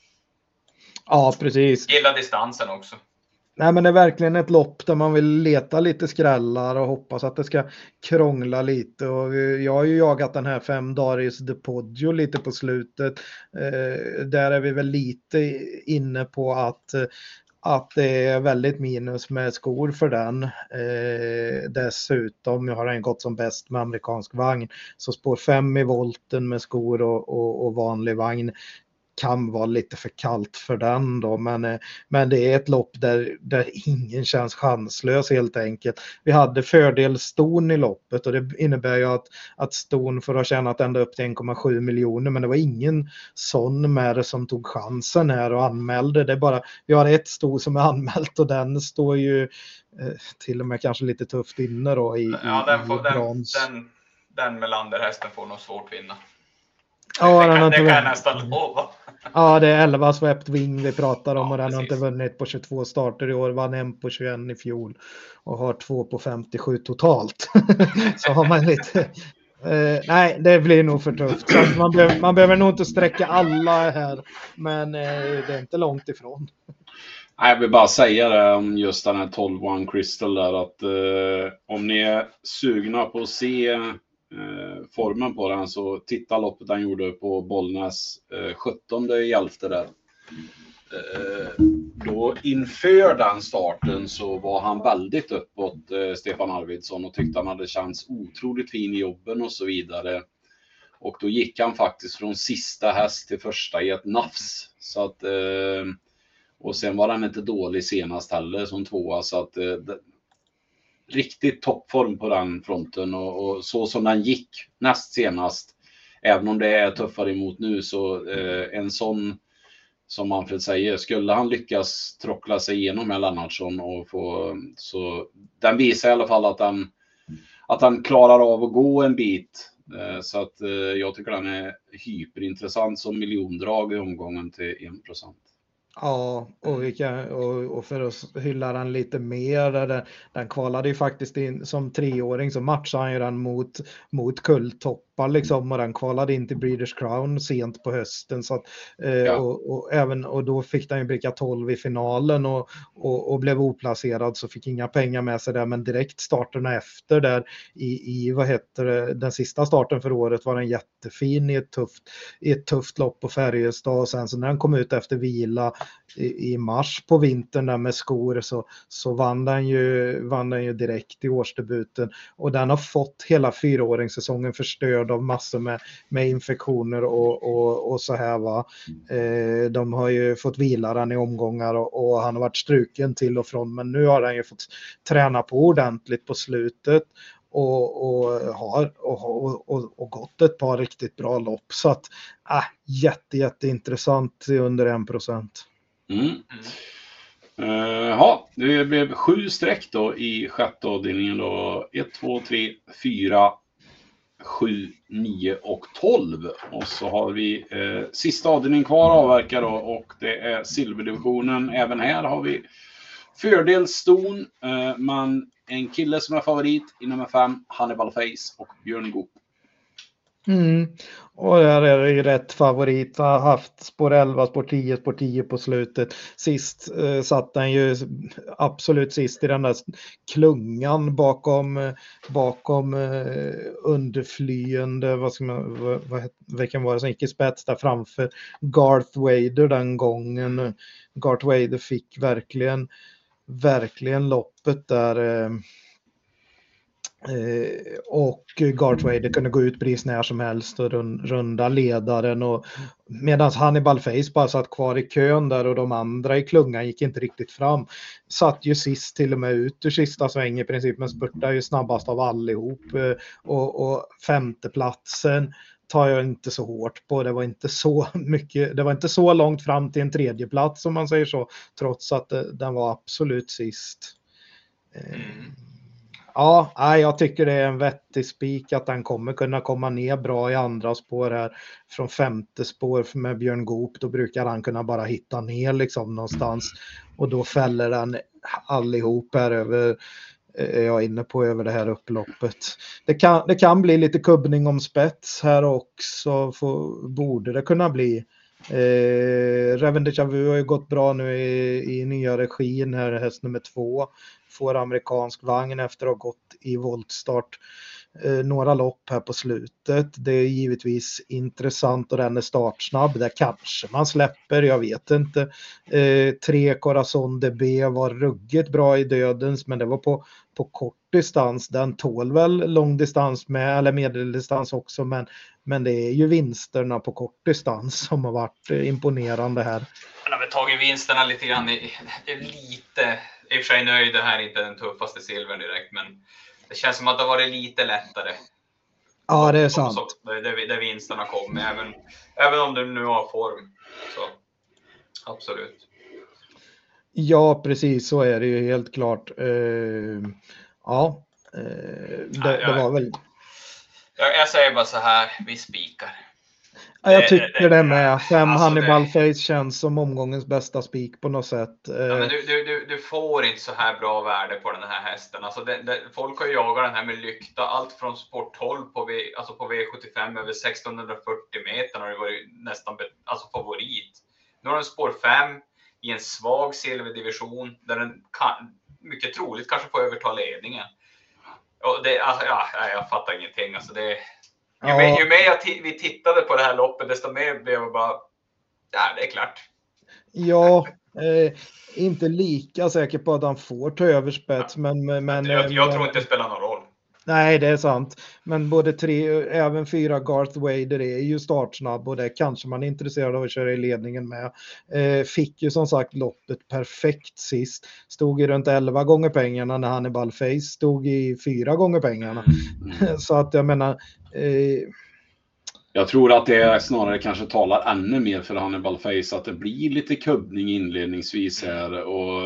Ja, precis. Gillar distansen också. Nej, men det är verkligen ett lopp där man vill leta lite skrällar och hoppas att det ska krångla lite. Och jag har ju jagat den här fem Daris de Poggio lite på slutet. Eh, där är vi väl lite inne på att att det är väldigt minus med skor för den. Eh, dessutom har den gått som bäst med amerikansk vagn. Så spår fem i volten med skor och, och, och vanlig vagn kan vara lite för kallt för den då, men, men det är ett lopp där, där ingen känns chanslös helt enkelt. Vi hade fördel Ston i loppet och det innebär ju att, att Ston får ha tjänat ända upp till en komma sju miljoner, men det var ingen sån med det som tog chansen här och anmälde. Det är bara, vi har ett sto som är anmält och den står ju eh, till och med kanske lite tufft inne då i, ja, den, i får, den, brons. den, den Melander-hästen får nog svårt vinna. Ja, det kan, den det kan jag nästan lova. Ja, det är elva swept wing vi pratar om Ja, och den har precis. inte vunnit på tjugotvå starter i år, vann en på tjugoett i fjol och har två på femtiosju totalt. Så har man lite... Eh, nej, det blir nog för tufft. Så att man, behöver, man behöver nog inte sträcka alla här, men eh, det är inte långt ifrån. Nej, jag vill bara säga det om just den här tolv one Crystal där, att eh, om ni är sugna på att se eh, formen på den, så titta loppet han gjorde på Bollnäs eh, sjuttonde i elfte där. Eh, då inför den starten så var han väldigt uppåt, eh, Stefan Arvidsson, och tyckte han hade känts otroligt fin i jobben och så vidare. Och då gick han faktiskt från sista häst till första i ett nafs. Så att, eh, och sen var han inte dålig senast heller som tvåa. Så att eh, det, riktigt toppform på den fronten. Och, och så som den gick näst senast, även om det är tuffare emot nu, så eh, en sån, som Manfred säger, skulle han lyckas trockla sig igenom med Lennartsson och få, så den visar i alla fall att han, att han klarar av att gå en bit. Så att jag tycker den är hyperintressant som miljondrag i omgången till en procent. Ja, och, vi kan, och, och för att hylla den lite mer, den, den kvalade ju faktiskt in som treåring, så matchade han ju den mot, mot kulltoppar liksom, och den kvalade in till Breeders Crown sent på hösten, så att, eh, ja. och, och, även, och då fick den ju bricka tolv i finalen och, och, och blev oplacerad, så fick inga pengar med sig där, men direkt starterna efter där i, i vad heter det, den sista starten för året var den jättefin i ett tufft, i ett tufft lopp på Färjestad, och sen så när den kom ut efter vila I, i mars på vintern där med skor, så, så vann, den ju, vann den ju direkt i årsdebuten, och den har fått hela fyraåringssäsongen förstörd av massor med, med infektioner och, och, och så här va. Eh, de har ju fått vila den i omgångar och, och han har varit struken till och från, men nu har han ju fått träna på ordentligt på slutet och, och har och, och, och gått ett par riktigt bra lopp, så att äh, jätte, jätteintressant under en procent. Mm. Uh, ja, det blev sju streck då i sjätte avdelningen då. ett, två, tre, fyra, sju, nio och tolv. Och så har vi uh, sista avdelningen kvar att avverka då, och det är silverdivisionen. Även här har vi fördel ston, uh, men en kille som är favorit i nummer fem, Hannibal Face och Björn Goop. Mm. Och där är det ju rätt favorit. Har haft spår elva, spår tio, spår tio på slutet. Sist eh, satt den ju absolut sist i den där klungan bakom, bakom eh, underflyende, vad ska man, vad, vad, vilken var det som gick i spets där framför Garth Vader den gången. Garth Vader fick verkligen, verkligen loppet där. Eh, Eh, och Garth Vader kunde gå ut precis när som helst och runda ledaren, och medan Hannibal Face bara satt kvar i kön där och de andra i klungan gick inte riktigt fram, satt ju sist till och med ut ur sista sväng i princip, men spurtade ju snabbast av allihop, och, och femteplatsen tar jag inte så hårt på. Det var inte så mycket, det var inte så långt fram till en tredje plats om man säger så, trots att den var absolut sist. eh, Ja, jag tycker det är en vettig spik att han kommer kunna komma ner bra i andra spår här. Från femte spår med Björn Goop, då brukar han kunna bara hitta ner liksom någonstans. Och då fäller han allihop här över, är jag inne på, över det här upploppet. Det kan, det kan bli lite kubbning om spets här också, för, borde det kunna bli. Eh, Reven Deja Vu har ju gått bra nu i, i nya regin här, häst nummer två. Får amerikansk vagn efter att ha gått i voltstart eh, några lopp här på slutet. Det är givetvis intressant och den är startsnabb. Där kanske man släpper, jag vet inte. Eh, tre Corazon D B var ruggigt bra i dödens, men det var på, på kort distans. Den tål väl lång distans med, eller medeldistans också, men, men det är ju vinsterna på kort distans som har varit eh, imponerande här. Han har väl tagit vinsterna lite grann, i, lite... I och för sig nöjd, det här är inte den tuffaste silvern direkt, men det känns som att det har varit lite lättare. Ja, det är sant. Så, där, där vinsterna kommer, även, även om du nu har form. Så, absolut. Ja, precis, så är det ju helt klart. Uh, ja, uh, det, ja jag, det var väl... Jag, jag säger bara så här, vi spikar. Ja, jag Det- tycker det- det med. Fem alltså, Hannibal det- Face känns som omgångens bästa spik på något sätt. Ja, Eh, men du, du, du, du får inte så här bra värde på den här hästen. Alltså det, det, folk har ju jagat den här med lykta, allt från sport tolv på, v, alltså på V sjuttiofem över sextonhundrafyrtio meter har det varit nästan be- alltså favorit. Nu har den spår fem i en svag silverdivision där den kan, mycket troligt kanske får överta ledningen. Och det, alltså, ja, nej, jag fattar ingenting. Alltså det, ju, Ja. mer, ju mer jag t- vi tittade på det här loppet, desto mer blev jag bara, ja, det är klart. Ja, eh, inte lika säker på att han får ta över spets, men, men jag, jag men- tror inte det spelar någon roll. Nej, det är sant. Men både tre, även fyra Garth Wader är ju startsnabb och det kanske man är intresserad av att köra i ledningen med. Eh, fick ju som sagt loppet perfekt sist. Stod i runt elva gånger pengarna när Hannibal Face stod i fyra gånger pengarna. Mm. Så att jag menar... Eh, Jag tror att det snarare kanske talar ännu mer för Hannibal Face, att det blir lite kubbning inledningsvis här och,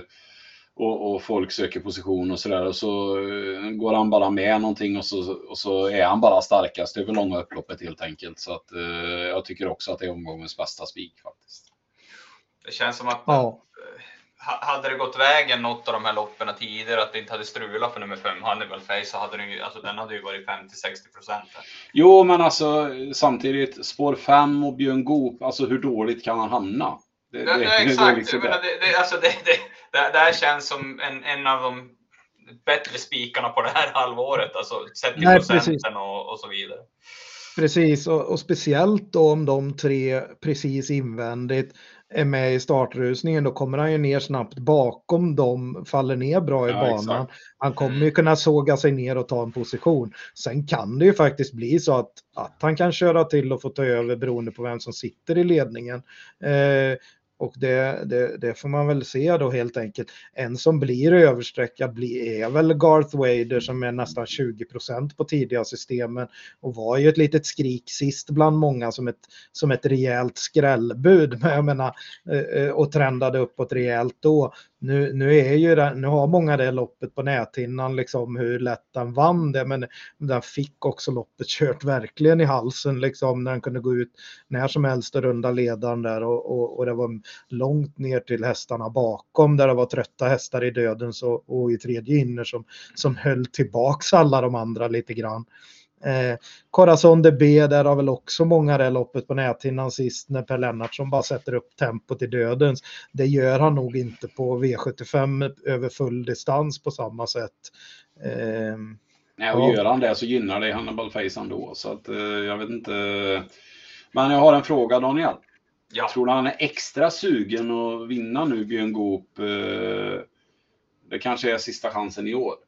och, och folk söker position och sådär, och så eh, går han bara med någonting och så, och så är han bara starkast över långa upploppet helt enkelt. Så att eh, jag tycker också att det är omgångens bästa spik faktiskt. Det känns som att ja. ha- hade det gått vägen något av de här loppen tidigare, att det inte hade strulat för nummer fem Hannibal Face, så hade den ju, alltså den hade ju varit femtio till sextio procent. Jo, men alltså samtidigt spår fem och Björn Goop, alltså hur dåligt kan han hamna? Det, Ja, det- ja, det är exakt. liksom Jag menar, det. det, det, alltså det, det, det, det här känns som en, en av de bättre spikarna på det här halvåret. Alltså sett till Nej, procenten precis. och, och så vidare. Precis, och, och speciellt då om de tre precis invändigt är med i startrusningen, då kommer han ju ner snabbt bakom dem, faller ner bra i Ja, banan. exakt. Han kommer Mm. ju kunna såga sig ner och ta en position. Sen kan det ju faktiskt bli så att, att han kan köra till och få ta över beroende på vem som sitter i ledningen. Eh, och det, det, det får man väl se då helt enkelt. En som blir översträckad blir, är väl Garth Wader som är nästan tjugo procent på tidiga systemen och var ju ett litet skrik sist bland många som ett, som ett rejält skrällbud. Men jag menar, eh, och trendade uppåt rejält då. Nu, nu, är ju det, nu har många det loppet på näthinnan, liksom hur lätt den vann det, men den fick också loppet kört verkligen i halsen liksom, när den kunde gå ut när som helst och runda ledaren där och, och, och det var långt ner till hästarna bakom där det var trötta hästar i dödens och, och i tredje inner som, som höll tillbaks alla de andra lite grann. Eh, Corazon de B, där har väl också många det loppet på näthinnan sist när Per Lennartsson bara sätter upp tempot i dödens. Det gör han nog inte på V sjuttiofem över full distans på samma sätt. Eh, Nej, och ja. gör han det så gynnar det Hannibal Face ändå. Så att eh, jag vet inte. Men jag har en fråga, Daniel. Ja. Tror du han är extra sugen att vinna nu, Björn Goop? Eh, det kanske är sista chansen i år.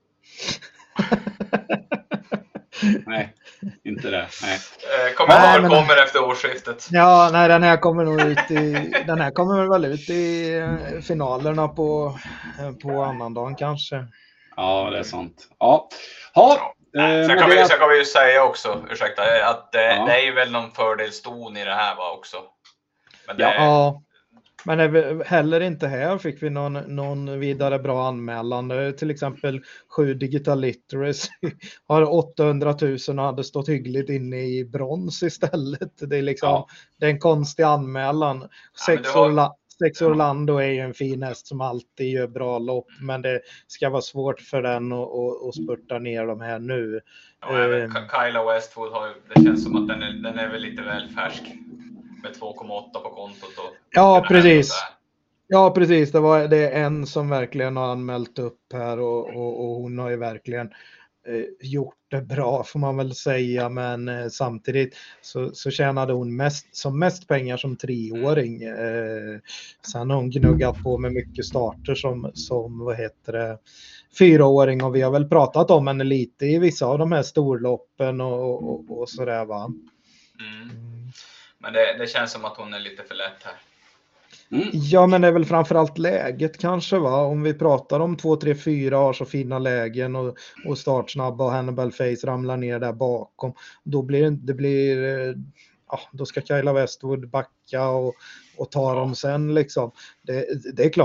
Nej, inte det. Nej. Eh, kommentar Nej, men- kommer efter årsskiftet. Ja, nej, den här kommer nog ut i, den här kommer väl ut i eh, finalerna på, eh, på annandagen kanske. Ja, det är sant. Ja, ja. Nej, Eh, sen, med kan vi, det- sen kan vi ju säga också, ursäkta, att eh, Ja. det är ju väl någon fördelston i det här va också. Men det, Ja. Ja, men är- heller inte här fick vi någon, någon vidare bra anmälan. Det är till exempel sju Digital Literacy har åttahundratusen och hade stått hyggligt inne i brons istället. Det är liksom, Ja. det är en konstig anmälan. men Sex, du har- Orla, sex Ja. Orlando är ju en fin häst som alltid gör bra lopp, men det ska vara svårt för den att, att, att spurta ner de här nu. ja, även ehm. Ka- Kyla Westwood har ju, det känns som att den är, den är väl lite väl färsk. Med två komma åtta på kontot. Och Ja, den här precis. och så här. Ja, precis. Det, var, det är en som verkligen har anmält upp här och, och, och hon har ju verkligen eh, gjort det bra får man väl säga. Men eh, samtidigt så, så tjänade hon mest, som mest pengar som treåring. Eh, sen har hon gnuggat på med mycket starter som, som vad heter det, fyraåring. Och vi har väl pratat om henne lite i vissa av de här storloppen och, och, och sådär va. Mm. Men det, det känns som att hon är lite för lätt här. Mm. Ja, men det är väl framförallt läget kanske va? Om vi pratar om två, tre, fyra har så fina lägen och, och startsnabba och Hannibal Face ramlar ner där bakom. Då blir det, det blir, eh, ja, då ska Kyla Westwood backa och, och ta Ja. dem sen liksom. Det, det är klart,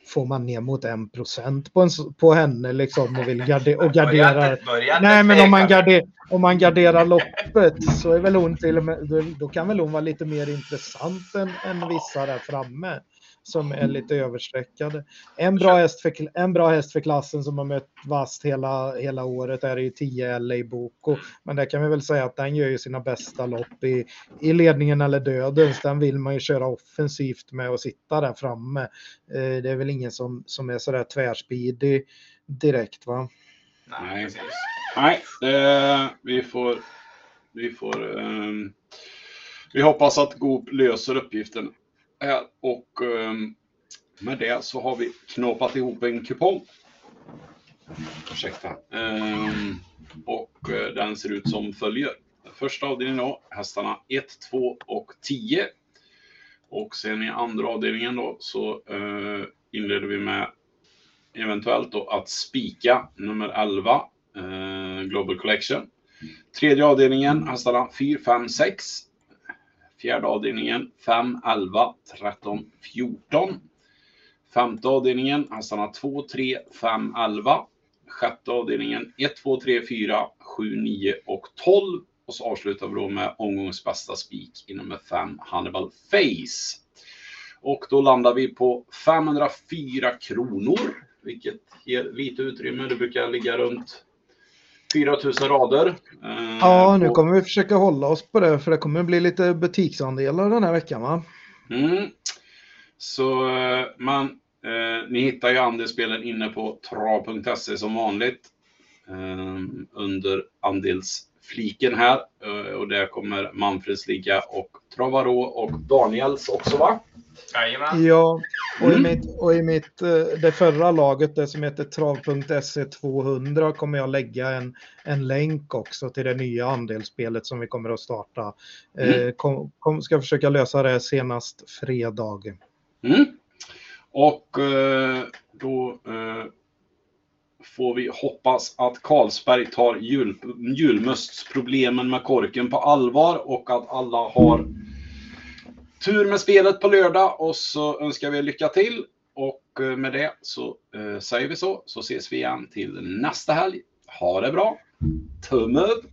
får man ner mot en procent på, en, på henne liksom och vill garde, och gardera. Nej, men om man, garder, om man garderar loppet så är väl hon till och med, då, då kan väl hon vara lite mer intressant än, än vissa där framme som är lite översträckade. En bra häst för, en bra häst för klassen som har mött vast hela, hela året är ju tio L A Boko. Men det kan vi väl säga att den gör ju sina bästa lopp i, i ledningen eller döden. Så den vill man ju köra offensivt med och sitta där framme. Eh, det är väl ingen som, som är sådär tvärspidig direkt, va? Nej, Nej eh, vi får, vi får eh, vi hoppas att Goop löser uppgiften. Och um, med det så har vi knåpat ihop en kupong. Ursäkta. Um, och uh, den ser ut som följer. Första avdelningen då, hästarna ett, två och tio. Och sen i andra avdelningen då så uh, inleder vi med eventuellt då att spika nummer elva, uh, Global Collection. Tredje avdelningen, hästarna fyra, fem, sex. Fjärde avdelningen fem, elva, tretton, fjorton. Femte avdelningen hästarna två, tre, fem, elva. Sjätte avdelningen ett, två, tre, fyra, sju, nio och tolv. Och så avslutar vi då med omgångens bästa spik i nummer fem, Hannibal Face. Och då landar vi på femhundrafyra kronor. Vilket ger lite utrymme. Det brukar ligga runt fyra tusen rader. Eh, ja, nu på... kommer vi försöka hålla oss på det. För det kommer bli lite butiksandelar den här veckan, va? Mm. Så man, eh, ni hittar ju andelsspelen inne på trav punkt se som vanligt. Eh, under andelsfliken här. Eh, och där kommer Manfreds ligga och Travarå och Daniels också, va? Jajamän. Ja, och i, mitt, och i mitt, det förra laget, det som heter trav punkt se tvåhundra, kommer jag lägga en, en länk också till det nya andelsspelet som vi kommer att starta. Mm. Eh, kom, kom, ska försöka lösa det senast fredag. Mm. Och eh, då eh, får vi hoppas att Carlsberg tar jul, julmöstsproblemen med korken på allvar och att alla har tur med spelet på lördag, och så önskar vi lycka till. Och med det så eh, säger vi så. Så ses vi igen till nästa helg. Ha det bra. Tumme upp.